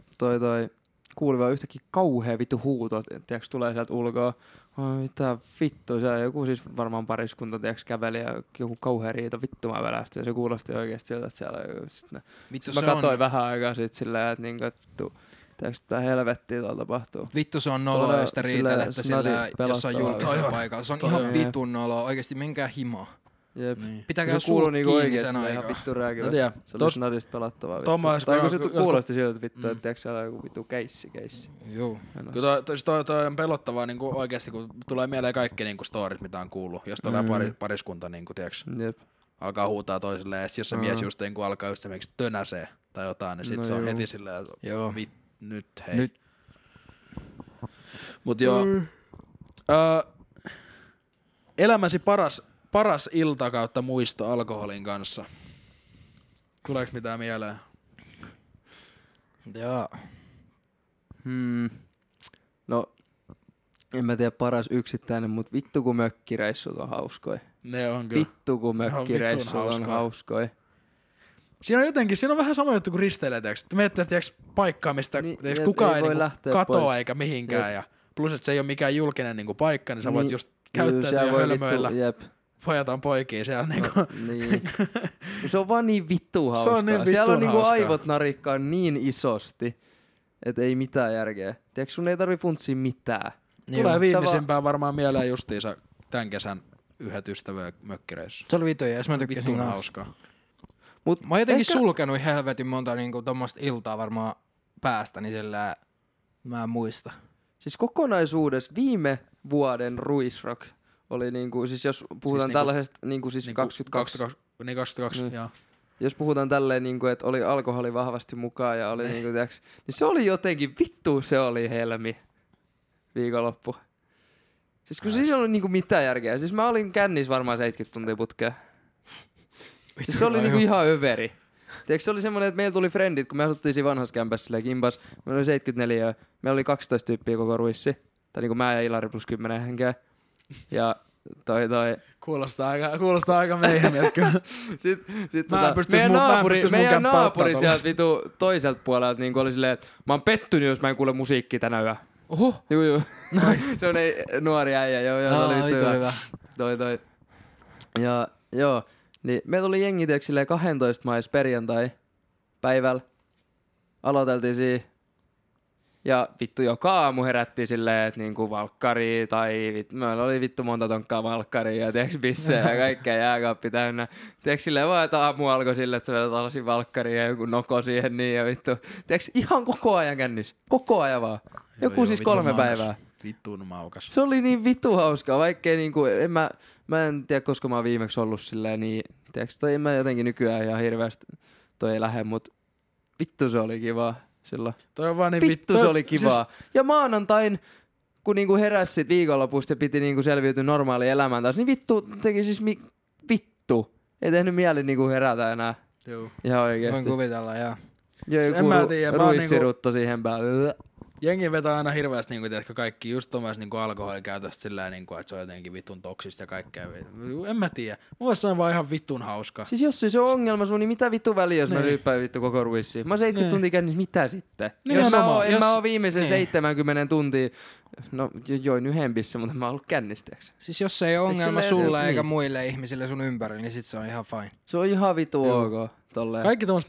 kuulin vaan yhtäkkiä kauhea vittu huuto, tiiäks tulee sieltä ulkoa. Mitä vittu, se joku siis varmaan pariskunta tiiäks käveli ja joku kauhea riita, vittu mä välästyin ja se kuulosti oikeesti siltä, että siellä vittu mä katsoin vähän aikaa sit silleen, että niinku, vittu, Tiedätkö, mitä helvettiä tuolla tapahtuu? Vittu se on noloa, jos te riitelette sillä jossain julkisella paikalla. Se on ihan vitun noloa. Oikeesti menkää himaa. Jep. Niin. Pitäkää suut kiinni sen aikaa. Ihan vittu rääkivästi. Se oli snadista pelattavaa. Tai kun se kuulosti siltä, että vittu, että tiedätkö siellä on joku vittu keissi. Joo. Toi on pelottavaa niinku oikeesti, kun tulee mieleen kaikki niinku storit, mitä on kuullut. Jos tulee pariskunta niinku, tiedätkö, alkaa huutaa toisilleen, ja jos se mies just niinku alkaa just semmoiksi tönäsee tai jotain, niin sit se on heti silleen, nyt hei. Nyt. Mut joo. Elämäsi paras ilta kautta muisto alkoholin kanssa. Tuleeks mitään mieleen? Joo. No, en mä tiedä paras yksittäinen, mut vittu kun mökkireissut on hauskoja. Ne on kyllä. Vittu kun mökkireissut on hauskoja. Siinä on vähän sama juttu kuin risteilijä, että menette paikkaa, mistä kukaan ei niinku katoa pois. Eikä mihinkään. Ja plus, että se ei ole mikään julkinen niinku paikka, niin sä voit just käyttäytyä hölmöillä. Pojat on poikia siellä niinku. Niin. Se on vaan niin vittu hauskaa. Siellä on niinku aivot narikkaa niin isosti, että ei mitään järkeä. Tiedätkö, sun ei tarvi funtsia mitään. Tulee viimeisimpään varmaan mieleen justiinsa tämän kesän yhdet ystävää mökkireissu. Se oli vittu jees, mä tykkäsin hauskaa. Mut mä oon jotenkin sulkenut helvetin monta niinku tommoista iltaa varmaan päästä, niin sillä mä en muista. Siis kokonaisuudessa viime vuoden Ruisrock oli niinku, siis jos puhutaan siis tällaisesta niinku siis 22. Niin 22, niin. Joo. Jos puhutaan tälleen niinku, että oli alkoholi vahvasti mukaan ja oli niinku, tiiäks, niin se oli jotenkin, vittu se oli helmi viikonloppu. Siis kun siis ei ollut niinku mitään järkeä. Siis mä olin kännissä varmaan 70 tuntia putkea. Siis se oli niinku ihan överi. Tiedätkö, se oli semmonen, että meillä tuli frendit, kun me asuttiin siinä vanhassa kämpässä silleen kimpas. Meillä oli 74, meillä oli 12 tyyppiä koko Ruissi. Tai niinku mä ja Ilari plus 10 henkeä. Ja toi. Kuulostaa aika meidän kyllä. Meidän naapuri sieltä vitu toiselta puolelta niinku oli silleen, että mä oon pettynyt, jos mä en kuule musiikkia tänä yö. Oho. Juu. Nice. Se on nuori äijä, joo, se oli vittu hyvä. Toi. Ja joo. Niin meillä oli jengi 12. mais perjantai päivällä. Aloiteltiin siinä. Ja vittu joka aamu herättiin silleen, että niinku valkkari tai meillä oli vittu monta tonkkaa valkkaria ja tiiäks bissejä ja kaikkea jääkaappi täynnä. Tiiäks silleen vaan, että aamu alkoi silleen, että sä vedät alasin valkkaria ja joku noko siihen niin ja vittu. Tiiäks ihan koko ajan kännis. Koko ajan vaan. Joku siis 3 päivää. Vittun maukas. Se oli niin vittu hauskaa, vaikkei niinku, mä en tiedä koska mä oon viimeksi ollut silleen niin, tiiäks, tai en mä jotenkin nykyään ihan hirveästi toi ei lähde, mut vittu se oli kivaa silloin. Toi on vaan niin vittu se oli kivaa. Siis... Ja maanantain, kun niinku heräsi sit viikonlopusta ja piti niinku selviytyä normaaliin elämään taas, niin vittu teki siis vittu. Ei tehnyt mieli niinku herätä enää. Joo. Ihan oikeesti. Voin kuvitella, joo. Ja joku ruissirutto siihen päälle. Jengi vetää aina hirveästi niinku tiedätkö kaikki just tommoista niinku alkoholikäytöstä sillä niinku että se on jotenkin vittun toksista ja kaikkea. En mä tiedä. Mun se on vaan ihan vittun hauska. Siis jos se on ongelma sun, niin mitä vittu väliä, jos mä ryyppään vittu koko ruissiin? Mä oon 70 tuntia kännissä, mitä sitten? En mä oo viimeisen 70 tuntia, no join yhden pissen, mutta mä oon ollut kännissä. Siis jos se ei ole ongelma sulle eikä muille ihmisille sun ympärillä, niin sit se on ihan fine. Se on ihan vittu ok. Tolleen. Kaikki tommoset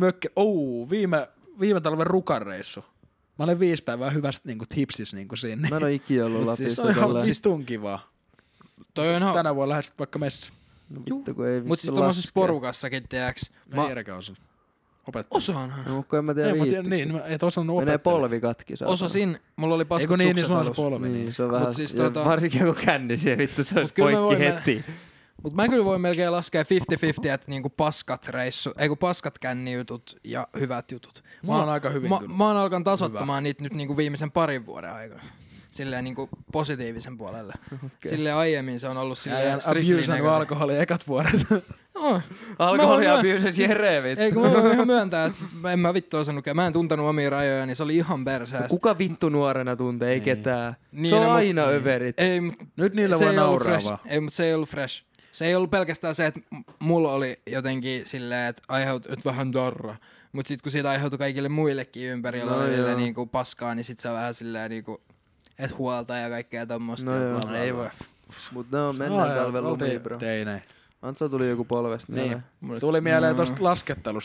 viime talven rukareissu. Mä olen 5 päivää hyvästä niinku tipsis niinku siinä. Mä en oo ikinä ollut Lapissa. Se on ihan vitun kivaa. Tänään voi lähteä vaikka messiin. No, mut siis tommosessa porukassakin, tiiäks. Mä Erika osan. Osaanhan. No, kun en mä tiedä viittis. Niin, et osannut opettaa. Menee polvi katki. Osasin. Mulla oli paskat sukset. Eikö niin, se on polvi. Niin, se on vähän. Siis varsinkin joku kännis vittu se olisi poikki heti. Mut mä kyllä voin melkein laskea 50-50, että niinku paskat kännijutut ja hyvät jutut. Mulla on aika hyvin kyllä. Mä oon alkanut tasoittamaan niitä nyt niinku viimeisen parin vuoden aikana. Silleen niinku positiivisen puolelle. Okay. Silleen aiemmin se on ollut silleen strictly abusannut alkoholia ekat vuodet. No, alkoholi abuses Jere vittu. Eikö mä voin ihan myöntää, että en mä vittu osannutkaan. Mä en tuntenut omia rajoja, niin se oli ihan perseästä. Kuka vittu nuorena tuntee? Ei ketään. Niin, se on aina överit. Ei, nyt niillä voi nauraa vaan. Ei, mutta se ei ollut fresh. Se ei ollut pelkästään se, että mulla oli jotenkin silleen, että vähän darra. Mut sit kun siitä aiheutui kaikille muillekin ympärillä oleville niinku paskaa, niin sit se on vähän silleen niinku, et huolta ja kaikkea tommosta. No ei voi. Mut mennään talven lumiin, bro. Teinei. Antsa tuli joku polvesta. Niin. Tuli mieleen tosta laskettelusta, että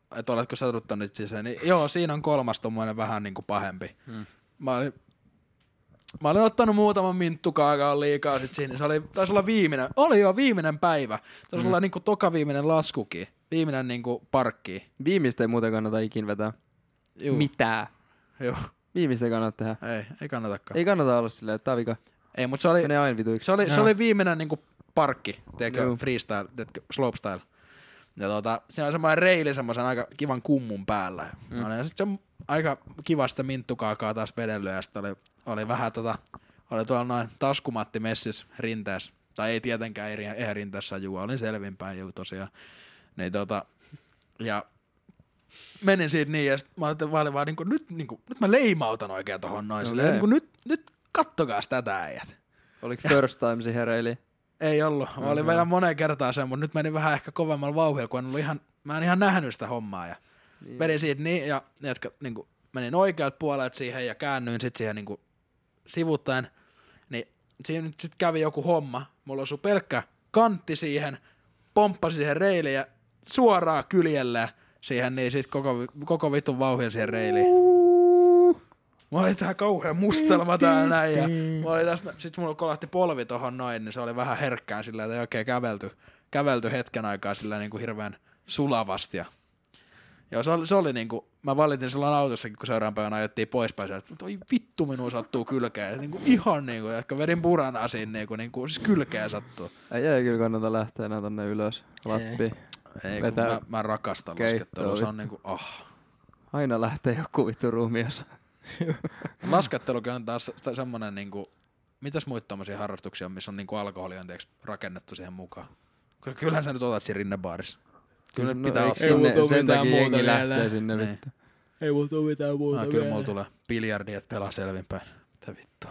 että oletko satuttanut sisään, niin joo, siinä on 3. tommoinen vähän niinku pahempi. Mä olin ottanut muutaman minttukaakaan liikaa sit siinä, taisi olla viimeinen päivä. Taisi olla niinku toka viimeinen laskukin, viimeinen niinku parkki. Viimeistä ei muuten kannata ikin vetää. Juu. Mitään. Joo. Viimeistä ei kannata tehdä. Ei kannatakaan. Ei kannata olla silleen, että tää vika. Ei, mutta se oli, menee aina vituiksi. se oli viimeinen niinku parkki, teekö freestyle, teekö slopestyle. Ja siinä on semmoinen reili semmoisen aika kivan kummun päällä. Ja sit se on aika kivasta minttukaakaa taas vedellyt ja sit oli vähän oli tuolla noin taskumatti messis rinteessä. Tai ei tietenkään eihän rinteessä juo, olin selvinpäin juu tosiaan. Niin ja menin siitä niin ja sit mä olin vaan nyt mä leimautan oikein tohon noin silleen, nyt kattokaas tätä äijät. Oliko first time siihen reiliin? Ei ollut. Mä olin vielä moneen kertaan sen, mutta nyt meni vähän ehkä kovemmalla vauhdilla, kun mä en ihan nähnyt sitä hommaa. Ja menin siitä niin, ja niinku, menin oikealta puolelta siihen ja käännyin sit siihen niinku sivuttaen. Niin siinä nyt sit kävi joku homma. Mulla osui pelkkä kantti siihen, pomppasi siihen reiliin ja suoraan kyljelle siihen, niin sit koko vitun vauhdilla siihen reiliin. Mä olin tää kauhean mustelma täällä näin ja sit mulla kolahti polvi tohon noin, niin se oli vähän herkkään sillä, että ei oikein kävelty hetken aikaa sillä niinku hirveän sulavasti. Ja joo, se oli niinku, mä valitin silloin autossakin, kun seuraavan päivänä ajettiin poispäin, että toi vittu minua sattuu kylkeen, niinku ihan niinku, jotka vedin puranaa siinä niinku siis kylkeen sattuu. Ei kyllä kannata lähteä enää tonne ylös, Lappiin. Ei, kun mä rakastan laskettelua, se on niinku, Aina lähtee joku vittu ruumiossa. Laskettelukin on taas semmonen niinku, mitäs muita tommosia harrastuksia on, missä on niinku alkoholi on rakennettu siihen mukaan? Kyllähän sä nyt otat siinä rinnebaarissa. Kyllä pitää ottaa. Sen takia jengi lähtee sinne vittu. Ei mulla tuu mitään muuta kyllä mulla tulee biljardi, et pelaa selvinpäin. Mitä vittua?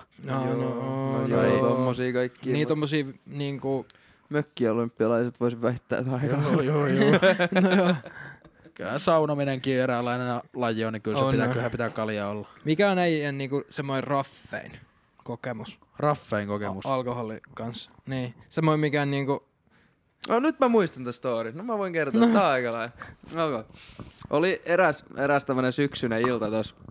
Joo, tommosia kaikkia. Niin tommosia niinku mökkiolympialaiset vois väittää, että aika. Joo. No joo. Kyllä saunominenkin eräänlainen laji on, niin kyllä se pitää kaljaa olla. Mikä on äijän niinku semmoinen raffein kokemus? Raffein kokemus? Alkoholi kanssa. Niin. Semmoinen mikä niinku... nyt mä muistan tästä storin. No mä voin kertoa, tää on aikalainen. Okay. Oli eräs tämmönen syksyinen ilta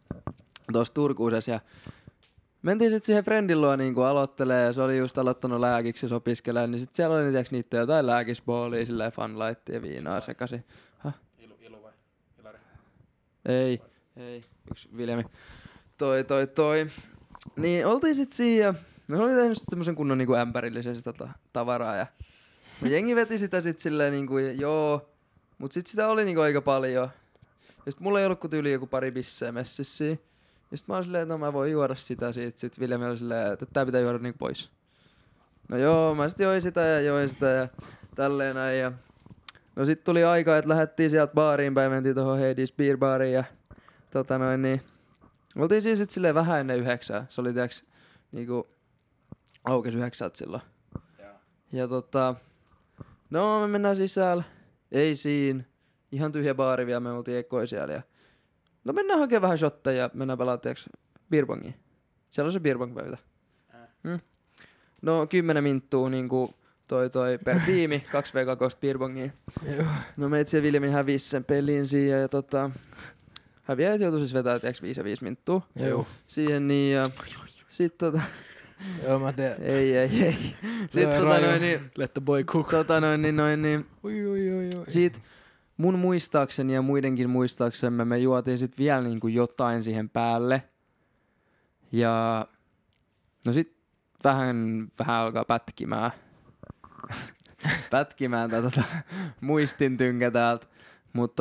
tossa Turkuusessa ja mentiin sit siihen friendin luo niinku aloittelee ja se oli just aloittanut lääkiksessä opiskelemaan, niin sit siellä oli niitä jotain lääkisboolia, silleen funlightia ja viinaa sekaisin. Ilu vai? Ilari? Ei. Yksi Viljami. Toi. Niin oltiin sit siinä. Me oli tehnyt sit semmosen kunnon niinku ämpärillisen tavaraa ja jengi veti sitä sit silleen niinku joo. Mut sit sitä oli niinku aika paljon. Ja sit mulla ei ollut kuin tyyli joku pari bisseä messissä. Ja sit mä olin silleen, että no mä voin juoda sitä siitä. Sit Viljami oli silleen, että tää pitää juoda niinku pois. No joo, mä sit join sitä ja tälleen näin ja no sit tuli aika, että lähdettiin sieltä baariin päin, mentiin tohon Heidis Beer Baariin ja niin oltiin siis sit silleen vähän ennen 9. Se oli tiiäks niinku aukes 9 silloin. Ja no me mennään sisällä. Ei siinä. Ihan tyhjä baari vielä, me oltiin ekkoi siellä ja no mennään hakemaan vähän shotteja ja mennään pelaa tiiäks beerbongia. Siellä on se beerbong-pöytä. No 10 minttua niinku toi per tiimi, 2v2 beerbongia. No meitsi ja Viljami hävisi sen pelin siihen ja häviäjät joutui siis vetää 5 ja 5 minttua. Joo. Siihen niin ja sit Joo mä teen. Ei. Sit Let the boy cook. Oi. Sit mun muistaakseni ja muidenkin muistaaksemme me juotiin sit vielä niinku jotain siihen päälle. Ja no sit vähän alkaa pätkimään. Tätä muistintynkä täältä. Mut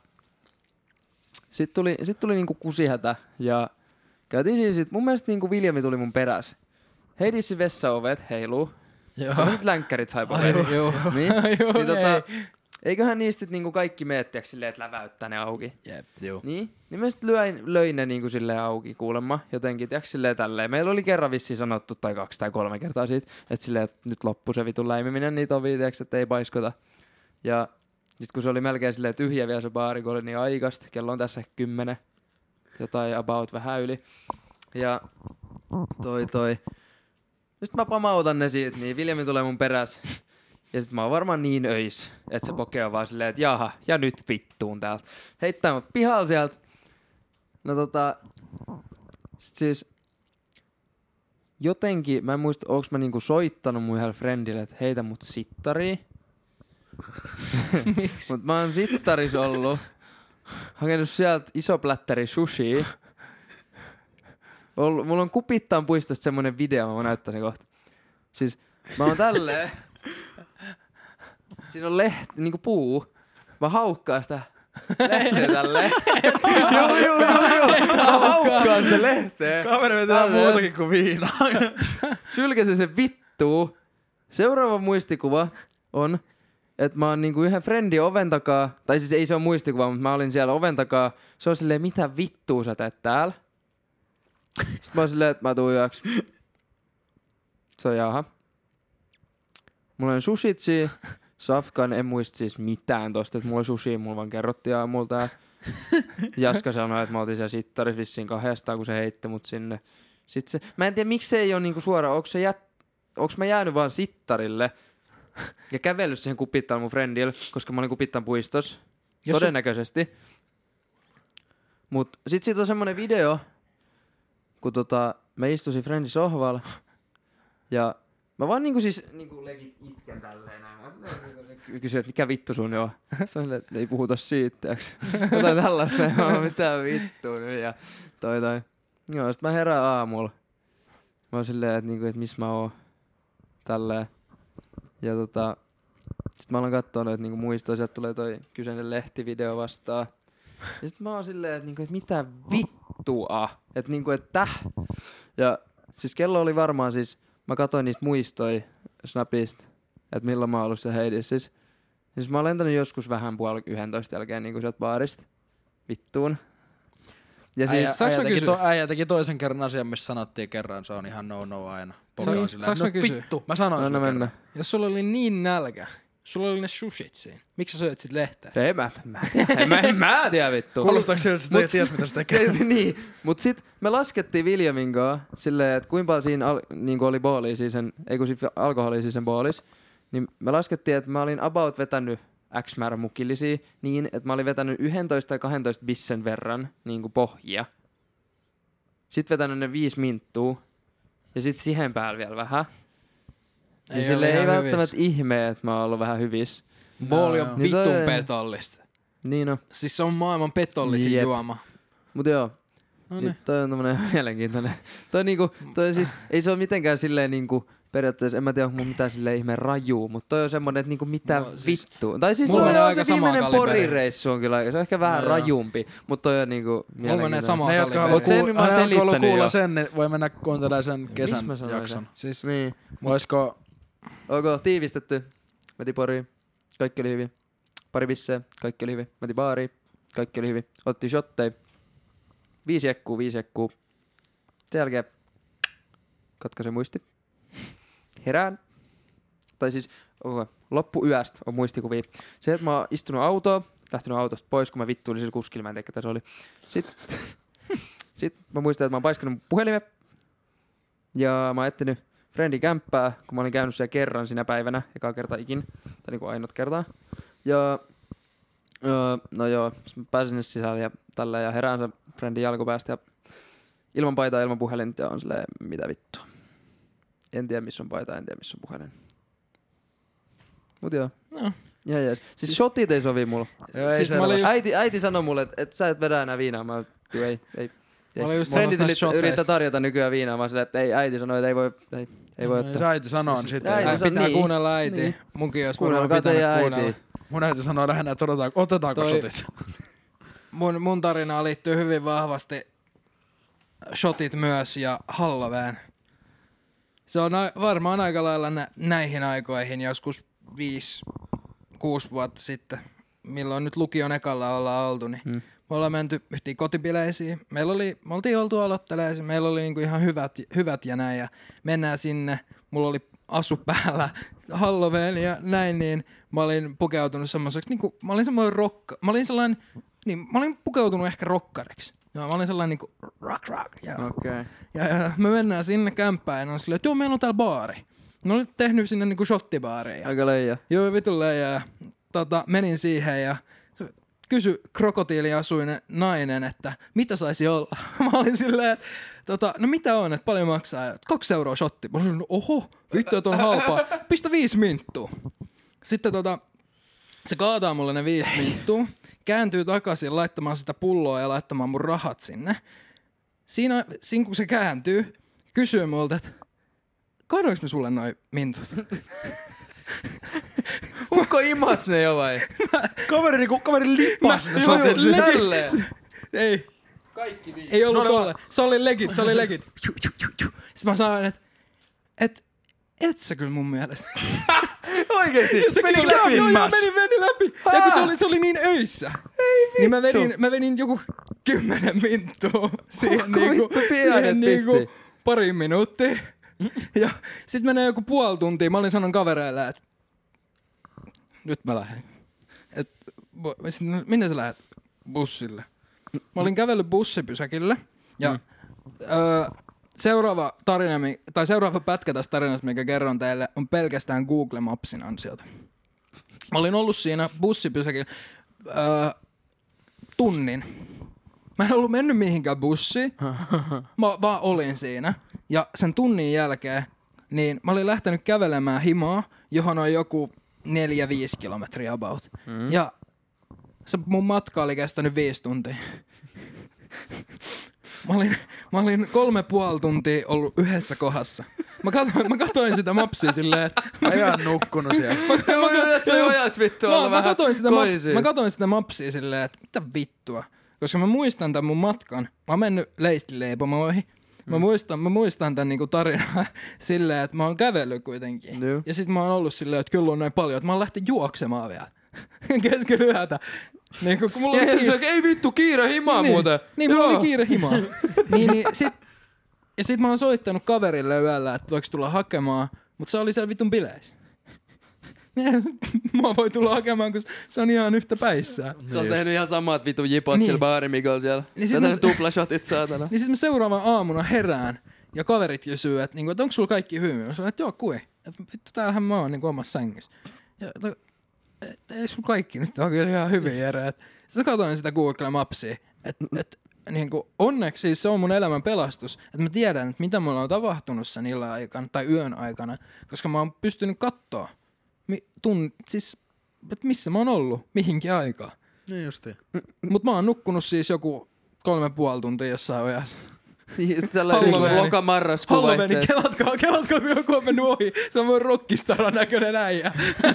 sit tuli niinku kusihätä ja käytiin siis sit, mun mielestä niinku Viljami tuli mun peräs. Heidissi vessaovet heiluu. Sellaiset länkkärit saipa heti. Joo. Niin eiköhän niistä niinku kaikki meettiäks silleen, että läväyttää ne auki. Jep. Joo. Niin mä sit löin ne niinku silleen auki kuulemma. Jotenkin tiiäks silleen tälleen. Meillä oli kerran vissiin sanottu tai 2 tai 3 kertaa siitä, että silleen, että nyt loppu se vitun läimiminen niitä ovia, tiiäks, että ei paiskota. Ja sit kun se oli melkein silleen tyhjä vielä se baari, kun oli niin aikasta. Kello on tässä 10. Jotain about vähän yli. Ja toi. Sitten mä pamautan ne siitä, niin Viljami tulee mun peräs. Ja sit mä oon varmaan niin öis, että se Poke on vaan silleen, että jaha, ja nyt vittuun täältä. Heittää mut pihalla sieltä. No sit siis jotenkin, mä en muista, onks mä niinku soittanut mun yhdelle friendille, että heitä mut sittariin. Miksi? Mut mä oon sittaris ollut. Hakenut sieltä iso plättäri sushia. Mulla on Kupittaan puistosta semmonen video, mä näyttää sen kohta. Siis mä oon tälleen. Siinä on niinku puu. Mä haukkaan sitä lehteä tälleen. Joo. Mä haukkaan sitä lehteä. Kaveri vetää muutakin kuin viinaa. Sylkäsen se vittuu. Seuraava muistikuva on, että mä oon niinku yhden friendin oven takaa. Tai siis ei se ole muistikuva, mutta mä olin siellä oven takaa. Se on silleen, mitä vittua sä teet täällä? Sitten mä oon silleen, että mä tuun yöksi. Se on jaha. Mulla on sushitsi, safkan, en muista siis mitään tosta, että mulla on sushi, mulla vaan kerrottiin aamulta. Jaska sanoi, että mä oltiin siellä sittaris vissiin 2, kun se heitti mut sinne. Sitten mä en tiedä, miksi se ei oo niinku suoraan, onks mä jäänyt vaan sittarille ja kävellyt siihen Kupittaan mun friendille, koska mä olin Kupittaan puistossa. Todennäköisesti. Mut sit siitä on semmonen video, kun mä istusin friendin sohvalla ja mä vaan niinku siis niinku legit itken tälleen näin. Mä kysyin, että mikä vittu sun joo. Se on silleen, että ei puhuta siitä. Jotain tällaista. Mä oon mitään vittua nyt. Ja toi. Joo, sit mä herään aamulla. Mä oon silleen, että niinku, et missä mä oon. Tälleen. Ja sit mä aloin kattoo noita niinku muistoja. Sieltä tulee toi kyseinen lehtivideo vastaan. Ja sit mä oon silleen, että niinku, et mitä vittua. Että niinku, että Ja siis kello oli varmaan siis. Mä katsoin niistä muistoja Snapista, että milloin mä oon ollut se Heidissä. Siis mä oon lentänyt joskus vähän 10:30 jälkeen niin sieltä baarista. Vittuun. Ja siis, äijä teki toisen kerran asian, missä sanottiin kerran, se on ihan no aina. Saanko mä kysyä? Vittu, mä sanoin sun kerran. Jos sulla oli niin nälkä, sulla oli ne sushit siinä. Miksi sä söit sit lehteä? En mä tiedä vittu. Kuulostaako siltä, että sä ties mitä sä tekee? Niin, mut sit me laskettiin Williamin kanssa silleen, että kuinka paljon siinä niinku oli boolia siis alkoholia siis sen boolis. Niin me laskettiin, että mä olin about vetänyt X määrä mukillisia niin, että mä olin vetänyt 11 tai 12 bissen verran niinku pohjia. Sitten vetänyt ne 5 minttua ja sit siihen päällä vielä vähän. Niin silleen ei välttämättä ihme, että mä oon ollut vähän hyvissä. Booli on vitun petollista. Niin on. Siis se on maailman petollisin juoma. Mut joo. Niin toi on tommonen mielenkiintoinen. Toi siis, ei se oo mitenkään silleen niinku, periaatteessa en mä tiedä, onko mun mitään silleen ihmeen rajuu, mutta toi on semmonen, että niinku mitä vittu. Tai siis mulla on se viimeinen Pori-reissu on kyllä, se on ehkä vähän rajumpi, mutta toi on niinku mielenkiintoinen. Ne, jotka haluaa kuulla sen, niin voi mennä kuuntelemaan sen kesän jakson. Siis niin. Voisiko... Ok, tiivistetty. Meti Poriin, kaikki oli hyvin. Pari bisseä, kaikki oli hyvin. Meti baariin, kaikki oli hyvin. Otti shotteja. 5 jekkuu. Sen jälkeen katkaisen muisti. Herään. Tai siis loppuyöstä on muistikuvia. Se, että mä oon istunut autoon, lähtenyt autosta pois, kun mä vittuilin sillä kuskilla, mä en tiedä, ketä se oli. Sitten mä muistan, että mä oon paiskanut mun puhelimen. Ja mä oon etsinyt friendin kämppää, kun mä olin käynyt siellä kerran sinä päivänä, eka kerta ikin, tai niinku ainut kertaa. Ja no joo, mä pääsin sinne sisälle ja tälleen ja herään sen friendin jalkopäästä ja ilman paitaa, ilman puhelinta on silleen, mitä vittua. En tiedä missä on paita, en tiedä missä on puhelin. Mut joo. No. Yes. Siis shotit ei sovi mulla. Joo, siis äiti sanoi mulle, että sä et vedä enää viinaa. Mä ei. Friendit yrittää tarjota nykyään viinaa, vaan silleen, että ei, äiti sanoi, että ei voi ottaa. Se äiti sanoo, niin sitten pitää kuunnella äiti. Niin. Munkin olisi varmaan pitänyt kuunnella. Mun äiti sanoo lähinnä, että otetaanko shotit. Mun tarinaan liittyy hyvin vahvasti shotit myös ja Halloween. Se on varmaan aika lailla näihin aikoihin, joskus 5-6 vuotta sitten, milloin nyt lukion ekalla ollaan oltu, niin me ollaan menty yhtiin kotibileisiin. Me oltiin oltu aloittelemaan, meillä oli niinku ihan hyvät ja näin, ja mennään sinne. Mulla oli asu päällä Halloween ja näin, niin mä olin pukeutunut semmoiseksi, niinku, mä olin pukeutunut ehkä rockariksi. Joo, mä olin sellainen niinku rock. Ja me mennään sinne kämppään ja on silleen, että joo, meillä on täällä baari. Ne oli tehnyt sinne niinku shottibaariin. Aika leijä. Joo, vitun leijä. Menin siihen ja kysyi krokotiiliasuinen nainen, että mitä saisi olla. Mä olin silleen, että no mitä on, että paljon maksaa. 2 euroa shotti. Mä olin, oho, vittu, että on halpaa. Pistä 5 minttua. Sitten se kaataa mulle ne 5 minttua, kääntyy takaisin laittamaan sitä pulloa ja laittamaan mun rahat sinne. Siinä kun se kääntyy, kysyy multa, että kaadoinko mä sulle noi mintut? Onko imas ne jo vai? Kaveri lipas ne shotit. Ei. Kaikki 5. Ei ollut tolle. Se oli legit. Sitten mä sanoin, että et sä kyllä mun mielestä. Oikeesti? Meni läpi? Joo, meni läpi. Ja kun se oli niin öissä. Niin mä vedin joku 10 minttua siihen niinku pariin minuuttiin. Ja sit menee joku puoli tuntia. Mä olin sanonut kavereille, että nyt mä lähden. Minne sä lähdet? Bussille. Mä olin kävellyt bussipysäkille. Ja seuraava pätkä tästä tarinasta, mikä kerron teille, on pelkästään Google Mapsin ansiota. Mä olin ollut siinä bussipysäkillä tunnin. Mä en ollut mennyt mihinkään bussiin. Mä vaan olin siinä. Ja sen tunnin jälkeen, niin mä olin lähtenyt kävelemään himaa, johon on joku 4-5 kilometriä about. Ja se mun matka oli kestänyt 5 tuntia. Mä olin 3,5 tuntia ollut yhdessä kohdassa. Mä katoin sitä mapsia silleen, että mä ihan nukkunut siellä. Mä katoin sitä mapsia silleen, että mitä vittua. Koska mä muistan tän mun matkan. Mä oon mennyt leistileipomoihin. Mä muistan tän niinku tarinaa silleen, että mä oon kävellyt kuitenkin. Ja sit mä oon ollut silleen, että kyllä on näin paljon, että mä oon lähtenyt juoksemaan vielä. Keskellä yötä. Niin, kun mulla oli ei vittu, kiire himaa muuten. Niin, mulla oli kiire himaa. Sit mä oon soittanut kaverille yöllä, että voiko tulla hakemaan, mutta se oli siellä vitun bileissä. Mä voi tulla hakemaan, koska se on ihan yhtä päissään. Sä oot tehnyt ihan samat vitun jipot siellä baarimikolla siellä. Sä tehnyt tuplashotit saatana. Niin sit mä seuraavan aamuna herään ja kaverit kysyy, että onko sulla kaikki hyvin? Mä sanoin, että joo, kui. Että vittu, täällähän mä oon omassa sängyssä. Ja ei sulla kaikki nyt on kyllä ihan hyvin, Jere. Sitten mä katsoin sitä Google Mapsia, että niinku, onneksi siis se on mun elämän pelastus, että mä tiedän, että mitä mulla on tapahtunut sen illan aikana tai yön aikana, koska mä oon pystynyt katsoa, siis, että missä mä oon ollut, mihinkin aikaan. Niin justiin. Mut mä oon nukkunut siis joku 3,5 tuntia jossain ojassa. Tällainen niinku lokamarraskuun vaihteessa. Kelatkaa, kun joku on mennyt ohi. Se on mun rockistaran näköinen äijä.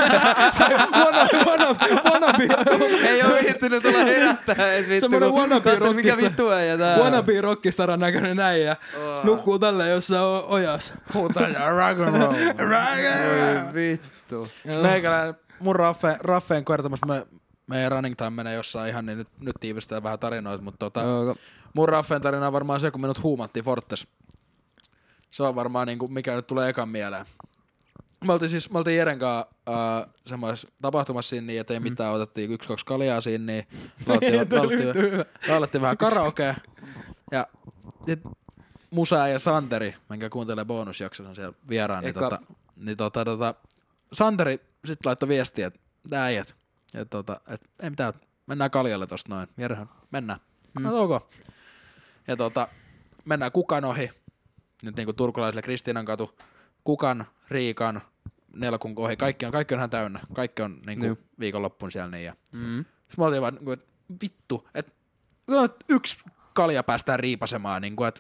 Wannabe. Ei oo viittynyt olla herättää edes vittu. Semmoinen wannabe rockistaran näköinen äijä. Nukkuu tälleen jossain ojassa. Huutaa ja rock'n'roll. Oi vittu. Meikäläinen, mun Raffeen kertomus, meidän running time menee jossain ihan, niin nyt tiivistää vähän tarinoita, mutta mun Raffeen tarina on varmaan se, kun minut huumattiin Fortes. Se on varmaan niinku, mikä nyt tulee ekan mieleen. Me oltiin Jeren kanssa semmoisessa tapahtumassa siinä niin, ettei mitään, otettiin 1-2 kaljaa siinä, niin laulettiin vähän karaokea. Ja sit Musa ja Santeri, minkä kuuntelee bonusjakson siellä vieraan, niin Santeri sit laittoi viestiä, että äijät, että ei mitään, mennään kaljalle tosta noin. Jerehän, mennään. Okay. Ja mennään Kukan ohi, nyt niinku turkulaiselle Kristiinan katu, Kukan, Riikan, Nelkun ohi, kaikki on ihan täynnä. Kaikki on niinku viikonloppuun siellä niin. Ja sitten me oltiin vaan niinku, että vittu, että yksi kalja päästään riipasemaan, niinku, että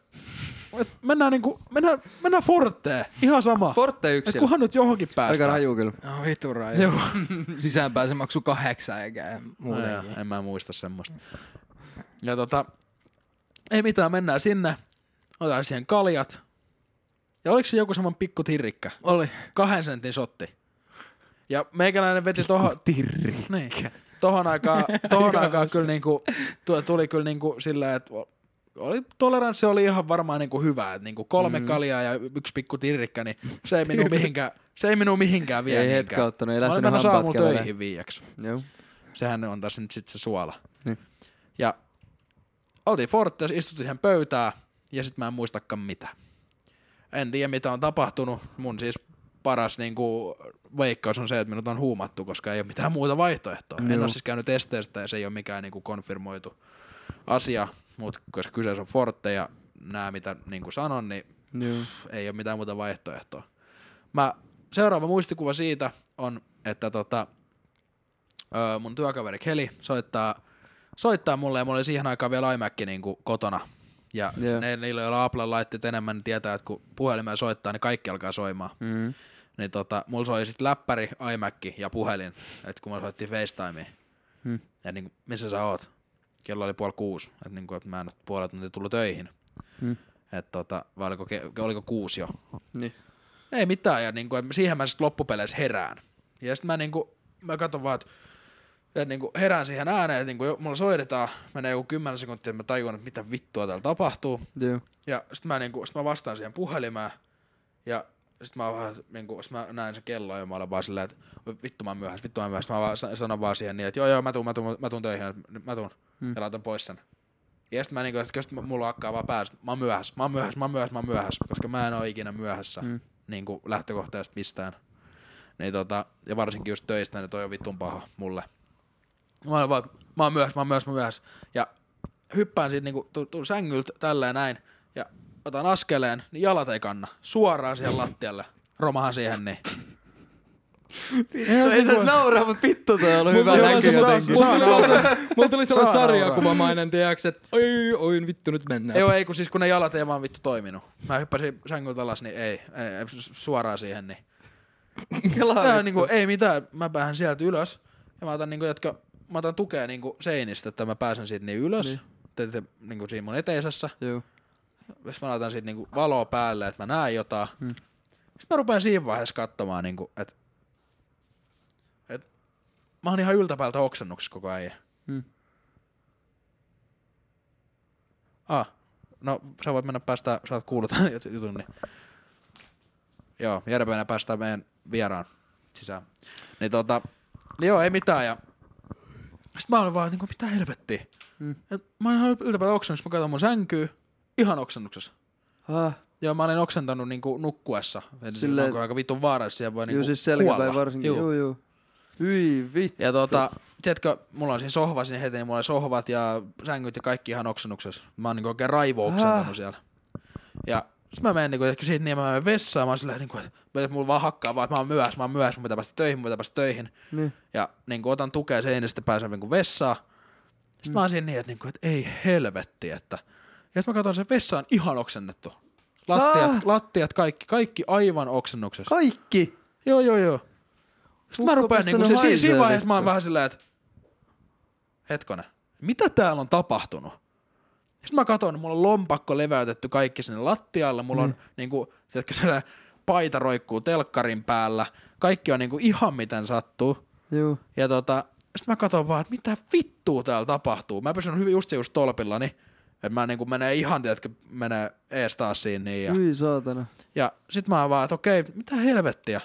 mennään Forteen, ihan sama. Forte yksin. Kunhan nyt johonkin päästään. Aika raju kyllä. Vittu raju. Sisäänpääse maksu 8 eikä muutenkin. En mä muista semmoista. Ja ei mitään, mennään sinne, otetaan siihen kaljat. Ja oliko se joku semmoinen pikku tirrikkä? Oli. 2 sentin shotti. Ja meikäläinen veti tohon... Tirrikkä. Niin. Tohon aikaan kyllä niinku, tuli kyllä niinku silleen, että toleranssi oli ihan varmaan niinku hyvä. Että niinku 3 kaljaa ja 1 pikku tirrikkä, niin se ei minua mihinkään vie. Ei hetkauttanut, ei lähtenyt hampaat hampaat kävelemään. töihin viieksi. Joo. Sehän on tässä nyt sit se suola. Niin. Ja oltiin Forteessa, istuttiin siihen pöytään ja sit mä en muistakaan mitä. En tiedä mitä on tapahtunut. Mun siis paras niinku veikkaus on se, että minut on huumattu, koska ei ole mitään muuta vaihtoehtoa. En ole siis käynyt testeistä ja se ei ole mikään niinku konfirmoitu asia, mutta koska kyseessä on Forte ja nämä mitä niinku sanon, niin ei ole mitään muuta vaihtoehtoa. Seuraava muistikuva siitä on, että mun työkaveri Keli soittaa mulle ja mulla oli siihen aikaan vielä iMac niinku kotona. Ja niillä, joilla Applen laitteet enemmän, niin tietää, että kun puhelimeen soittaa, niin kaikki alkaa soimaan. Niin mulla soi sit läppäri, iMac ja puhelin, että kun mä soittiin FaceTimeen. Ja niinku, missä sä oot? Kello oli 5:30, että niinku, et mä en ole 0,5 tuntia tullut töihin. Että vai oliko 6 jo? Niin. Ei mitään, ja niinku, siihen mä sit loppupeleissä herään. Ja sit mä katon vaan, että niinku herään siihen ääneen, että niinku mulla soitetaan, menee joku 10 sekuntia, että mä tajun, että mitä vittua täällä tapahtuu. Ja sit mä vastaan siihen puhelimeen, ja sit mä näen sen kellon, ja mä olen vaan silleen, että vittu mä oon myöhässä. Mä sanon vaan siihen niin, että joo, mä tuun töihin, mä tuun, ja laitan pois sen. Ja sit että mulla hakkaa vaan päästä, mä oon myöhässä, koska mä en oo ikinä myöhässä, niinku lähtökohtaisesti mistään. Niin ja varsinkin just töistä, niin toi on vittun paha mulle. Mä olen vaan, mä oon myöhässä. Ja hyppään siitä niinku sängyltä tälleen näin, ja otan askeleen, niin jalat ei kanna. Suoraan siihen lattialle. Romahan siihen niin. Ei saisi nauraa, mutta vittu toi on ollut hyvä näky jotenkin. Mulla tuli sellainen sarjakuvamainen, tiiäks, että oi vittu nyt mennään. Ei kun siis kun ne jalat ei vaan vittu toiminut. Mä hyppäsin sängyltä alas, niin ei suoraan siihen niin. Niinku, ei mitään, mä päähän sieltä ylös. Ja mä otan tukea niinku seinistä, että mä pääsen siitä niin ylös. Niin. Niinku siinä mun eteisessä. Joo. Sitten mä laitan siitä niinku valoa päälle, että mä näen jotain. Sitten mä rupean siinä vaiheessa katsomaan, niinku, että mä oon ihan yltäpäältä oksennuksessa koko ajan. No sä voit mennä sä oot kuullut tämän jutun. Niin. Joo, järjepänä päästään meidän vieraan sisään. Niin joo, ei mitään. Ja sit mä olin vaan, niinku, mitä helvettiä. Mä olin ihan yltäpäältä oksennuksessa, mä katson mun sänkyy, ihan oksennuksessa. Joo, mä olin oksentanut niinku nukkuessa. Silleen... Onko aika vitun vaarallista, siellä voi niinku siis selkäpäin varsinkin. Joo. Hyi vittu. Ja tiedätkö, mulla on siinä sohva siinä heti, niin mulla on sohvat ja sängyt ja kaikki ihan oksennuksessa. Mä oon niinku oikein raivo oksentanut siellä. Ja sit mä menen niinku, että siitä niin mä menen vessaan, mä oon silleen niinku, että mulla vaan hakkaa vaan, että mä oon myöhässä, mun pitää päästä töihin. Niin. Ja niinku otan tukea seinistä, pääsen niinku vessaan. Sit mä oon siinä niin, että ei helvetti, että. Ja sit mä katson, se vessa on ihan oksennettu. Lattiat kaikki aivan oksennuksessa. Kaikki? Joo. Sitten mä rupean niinku, siinä vaiheessa mä oon vähän silleen, että hetkonen, mitä täällä on tapahtunut? Sitten mä katson, mulla on lompakko leväytetty kaikki sinne lattialle, mulla on niinku, sellainen paita roikkuu telkkarin päällä, kaikki on niinku ihan miten sattuu. Joo. Ja sitten mä katson vaan, että mitä vittua täällä tapahtuu. Mä pysyn just tolpillani, että mä niinku menee ihan, tiedätkö, menee ees taas siinä niin. Hyi saatana. Ja sit mä oon vaan, että okei, mitä helvettiä.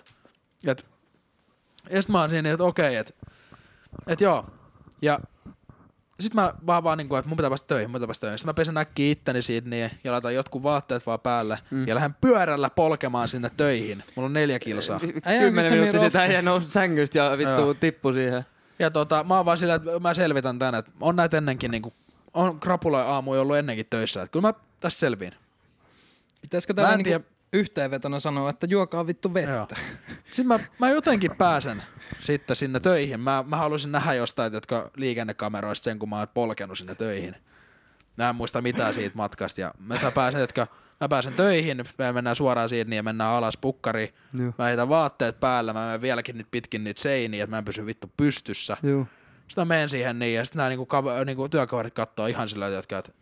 Ja sit mä oon siinä, että okei, että joo. Ja sit mä vaan niinku, että mun pitää päästä töihin. Sit mä pesen äkkiä itteni siitä niin, ja laitan jotkut vaatteet vaan päälle. Ja lähden pyörällä polkemaan sinne töihin. Mulla on 4 kilsaa. 10 minuuttia sit äijä nousi sängystä ja vittu tippu siihen. Ja mä oon vaan sillä, että mä selvitän tän, että on näitä ennenkin niinku, on krapula aamuja ollut ennenkin töissä. Että kyllä mä tästä selviin. Pitäisikö täällä niinku yhteenvetona sanoa, että juokaa vittu vettä? Joo. Sitten mä jotenkin pääsen sitten sinne töihin. Mä haluaisin nähdä jostain, jotka liikennekameroista sen, kun mä oon polkenut sinne töihin. Mä en muista mitään siitä matkasta. Ja mä pääsen töihin, me mennään suoraan siitä ja mennään alas pukkariin. Joo. Mä heitän vaatteet päällä, mä menen vieläkin pitkin niitä seiniä, että mä en pysy vittu pystyssä. Joo. Sitten mä menen siihen niin, ja sitten nämä niinku työkaverit kattoo ihan sillä tavalla, että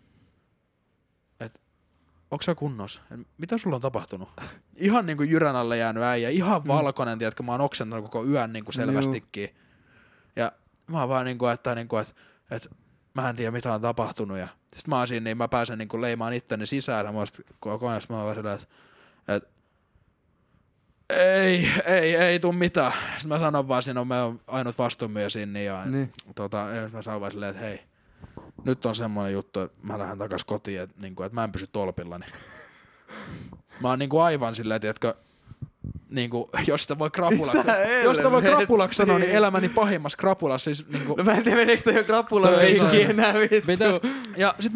onko sä kunnossa? Mitä sulla on tapahtunut? Ihan niinku jyrän alle jäänyt äijä, ihan valkoinen, tiedätkö, mä oon oksentanut koko yön niinku selvästikin. Ja mä oon vaan että mä en tiedä mitä on tapahtunut. Ja sit mä oon siinä, niin mä pääsen niinku leimaan itteni sisään, ja mä oon vaan silleen, että ei tuu mitään. Sitten mä sanon vaan siinä, mä oon ainut vastuunmies siinä, ja mä sanon vaan silleen, että hei, nyt on semmoinen juttu, että mä lähden takas kotiin, että mä en pysy tolpillani. Mä oon niinku aivan silleen, tiedätkö, niinku, jos sitä voi krapulaksi sanoa, niin elämäni pahimmassa krapulassa. Siis, niinku, no mä en tiedä, meneekö toi jo krapulan vinkki enää vittu. Ja sit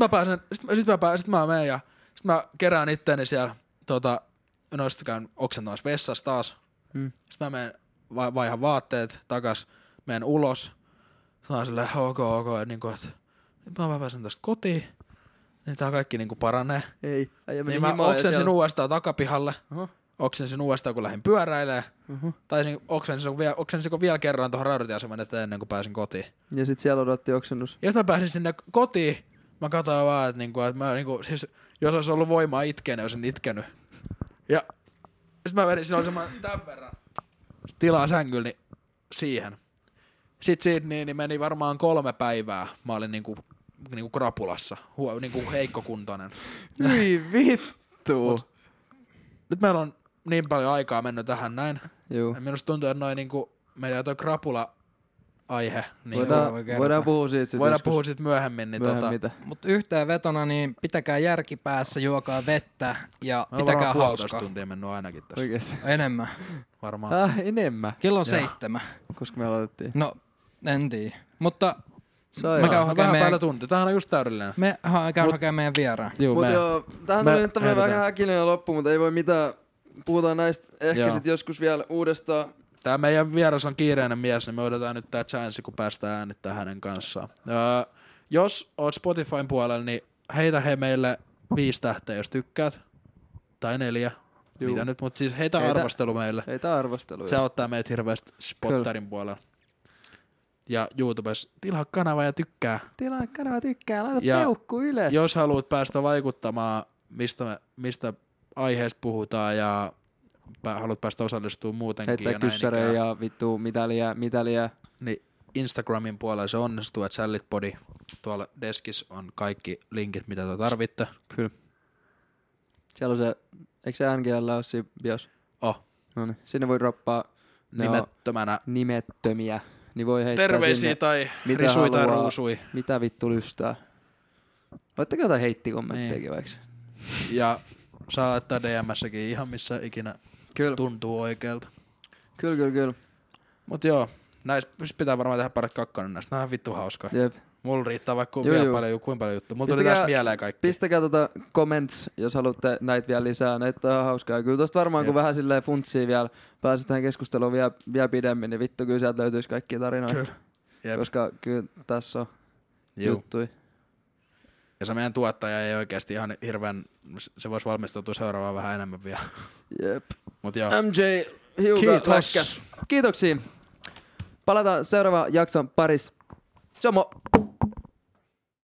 mä menen ja sit mä kerään itteeni siellä, no sit käyn oksentamassa vessassa taas. Sit mä menen vaihan vaatteet takas, menen ulos. Sit mä oon silleen, ok, niinku, että nyt mä pääsen tästä kotiin. Niin tää kaikki niinku paranee. Ei. Niin mä oksensin uudestaan takapihalle. Oksensin uudestaan, kun lähdin pyöräilemään. Tai niin, oksensinko vielä kerran tuohon rautatieaseman eteen ennen kuin pääsin kotiin. Ja sit siellä odotti oksennus. Jos mä pääsin sinne kotiin, mä katsoin vaan, että siis, jos olisi ollut voimaa itkeä, niin olisin itkenyt. Ja sit mä menin, siinä oli semmoinen tämän verran tilaa sängyllä, niin siihen. Sit siitä niin meni varmaan 3 päivää. Mä olin niinku krapulassa, niinku heikkokuntoinen. Hyi vittu. Nyt meillä on niin paljon aikaa mennyt tähän näin. Juu. Minusta tuntuu, että meillä toi krapula-aihe. Niin voidaan puhua siitä puhua siitä myöhemmin. Niin Mutta yhteenvetona, niin pitäkää järki päässä, juokaa vettä ja pitäkää hauskaa. 1,5 tuntia mennyt ainakin tässä. Oikeesti. Enemmän. Varmaan. Enemmän. Kello on 7. Koska me aloitettiin. No, en tiedä. Mutta mä käyn hakemaan vähän tunti. Tämähän on just täydellinen. Me käyn hakemaan meidän vieraan. Tähän tuli nyt tämmönen vähän äkillinen loppu, mutta ei voi mitään. Puhutaan näistä ehkä sit joskus vielä uudestaan. Tää meidän vieras on kiireinen mies, niin me odotetaan nyt tää chanssi, kun päästään äänittämään hänen kanssaan. Jos oot Spotifyn puolella, niin heitä he meille 5 tähteä, jos tykkäät. Tai 4. Mitä nyt, mutta siis heitä arvostelu meille. Heitä arvostelu. Se auttaa meitä hirveästi Spottarin puolella. Ja YouTubessa tilaa kanava ja tykkää. Laita peukku ylös. Jos haluat päästä vaikuttamaan, mistä aiheesta puhutaan ja haluat päästä osallistumaan muutenkin. Heittää kyssäreä ja vittu mitalia. Niin Instagramin puolella se onnistuu, että Sällitpodi. Tuolla deskissä on kaikki linkit, mitä te tarvitte. Kyllä. Siellä on se, eikö se NGL ole siinä bios? Noniin, sinne voi droppaa. Nimettömiä. Niin voi heittää terveisiä sinne, tai risui tai ruusui. Mitä vittu lystää. Laittakaa jotain heittikommenttejakin vaikka. Ja saa laittaa DM:ssäkin ihan missä ikinä tuntuu oikealta. Kyllä. Mut joo, näistä pitää varmaan tehdä parat 2 näistä. Nää on vittu hauskaa. Jep. Mulla riittää vaikka vielä paljon juttuja. Mulla tuli tästä mieleen kaikki. Pistäkää comments, jos haluatte näitä vielä lisää. Näitä on hauskaa. Ja kyllä tosta varmaan kun vähän silleen funtsii vielä, pääsee tähän keskusteluun vielä pidemmin, niin vittu kyllä sieltä löytyisi kaikkia tarinoita. Kyllä. Koska kyllä tässä on juttui. Ja se meidän tuottaja ei oikeasti ihan hirveän, se voisi valmistautua seuraavaan vähän enemmän vielä. Jep. Mut joo. MJ Hiuga läskäs. Kiitoksia. Palataan seuraavan jakson parissa. Tjomo!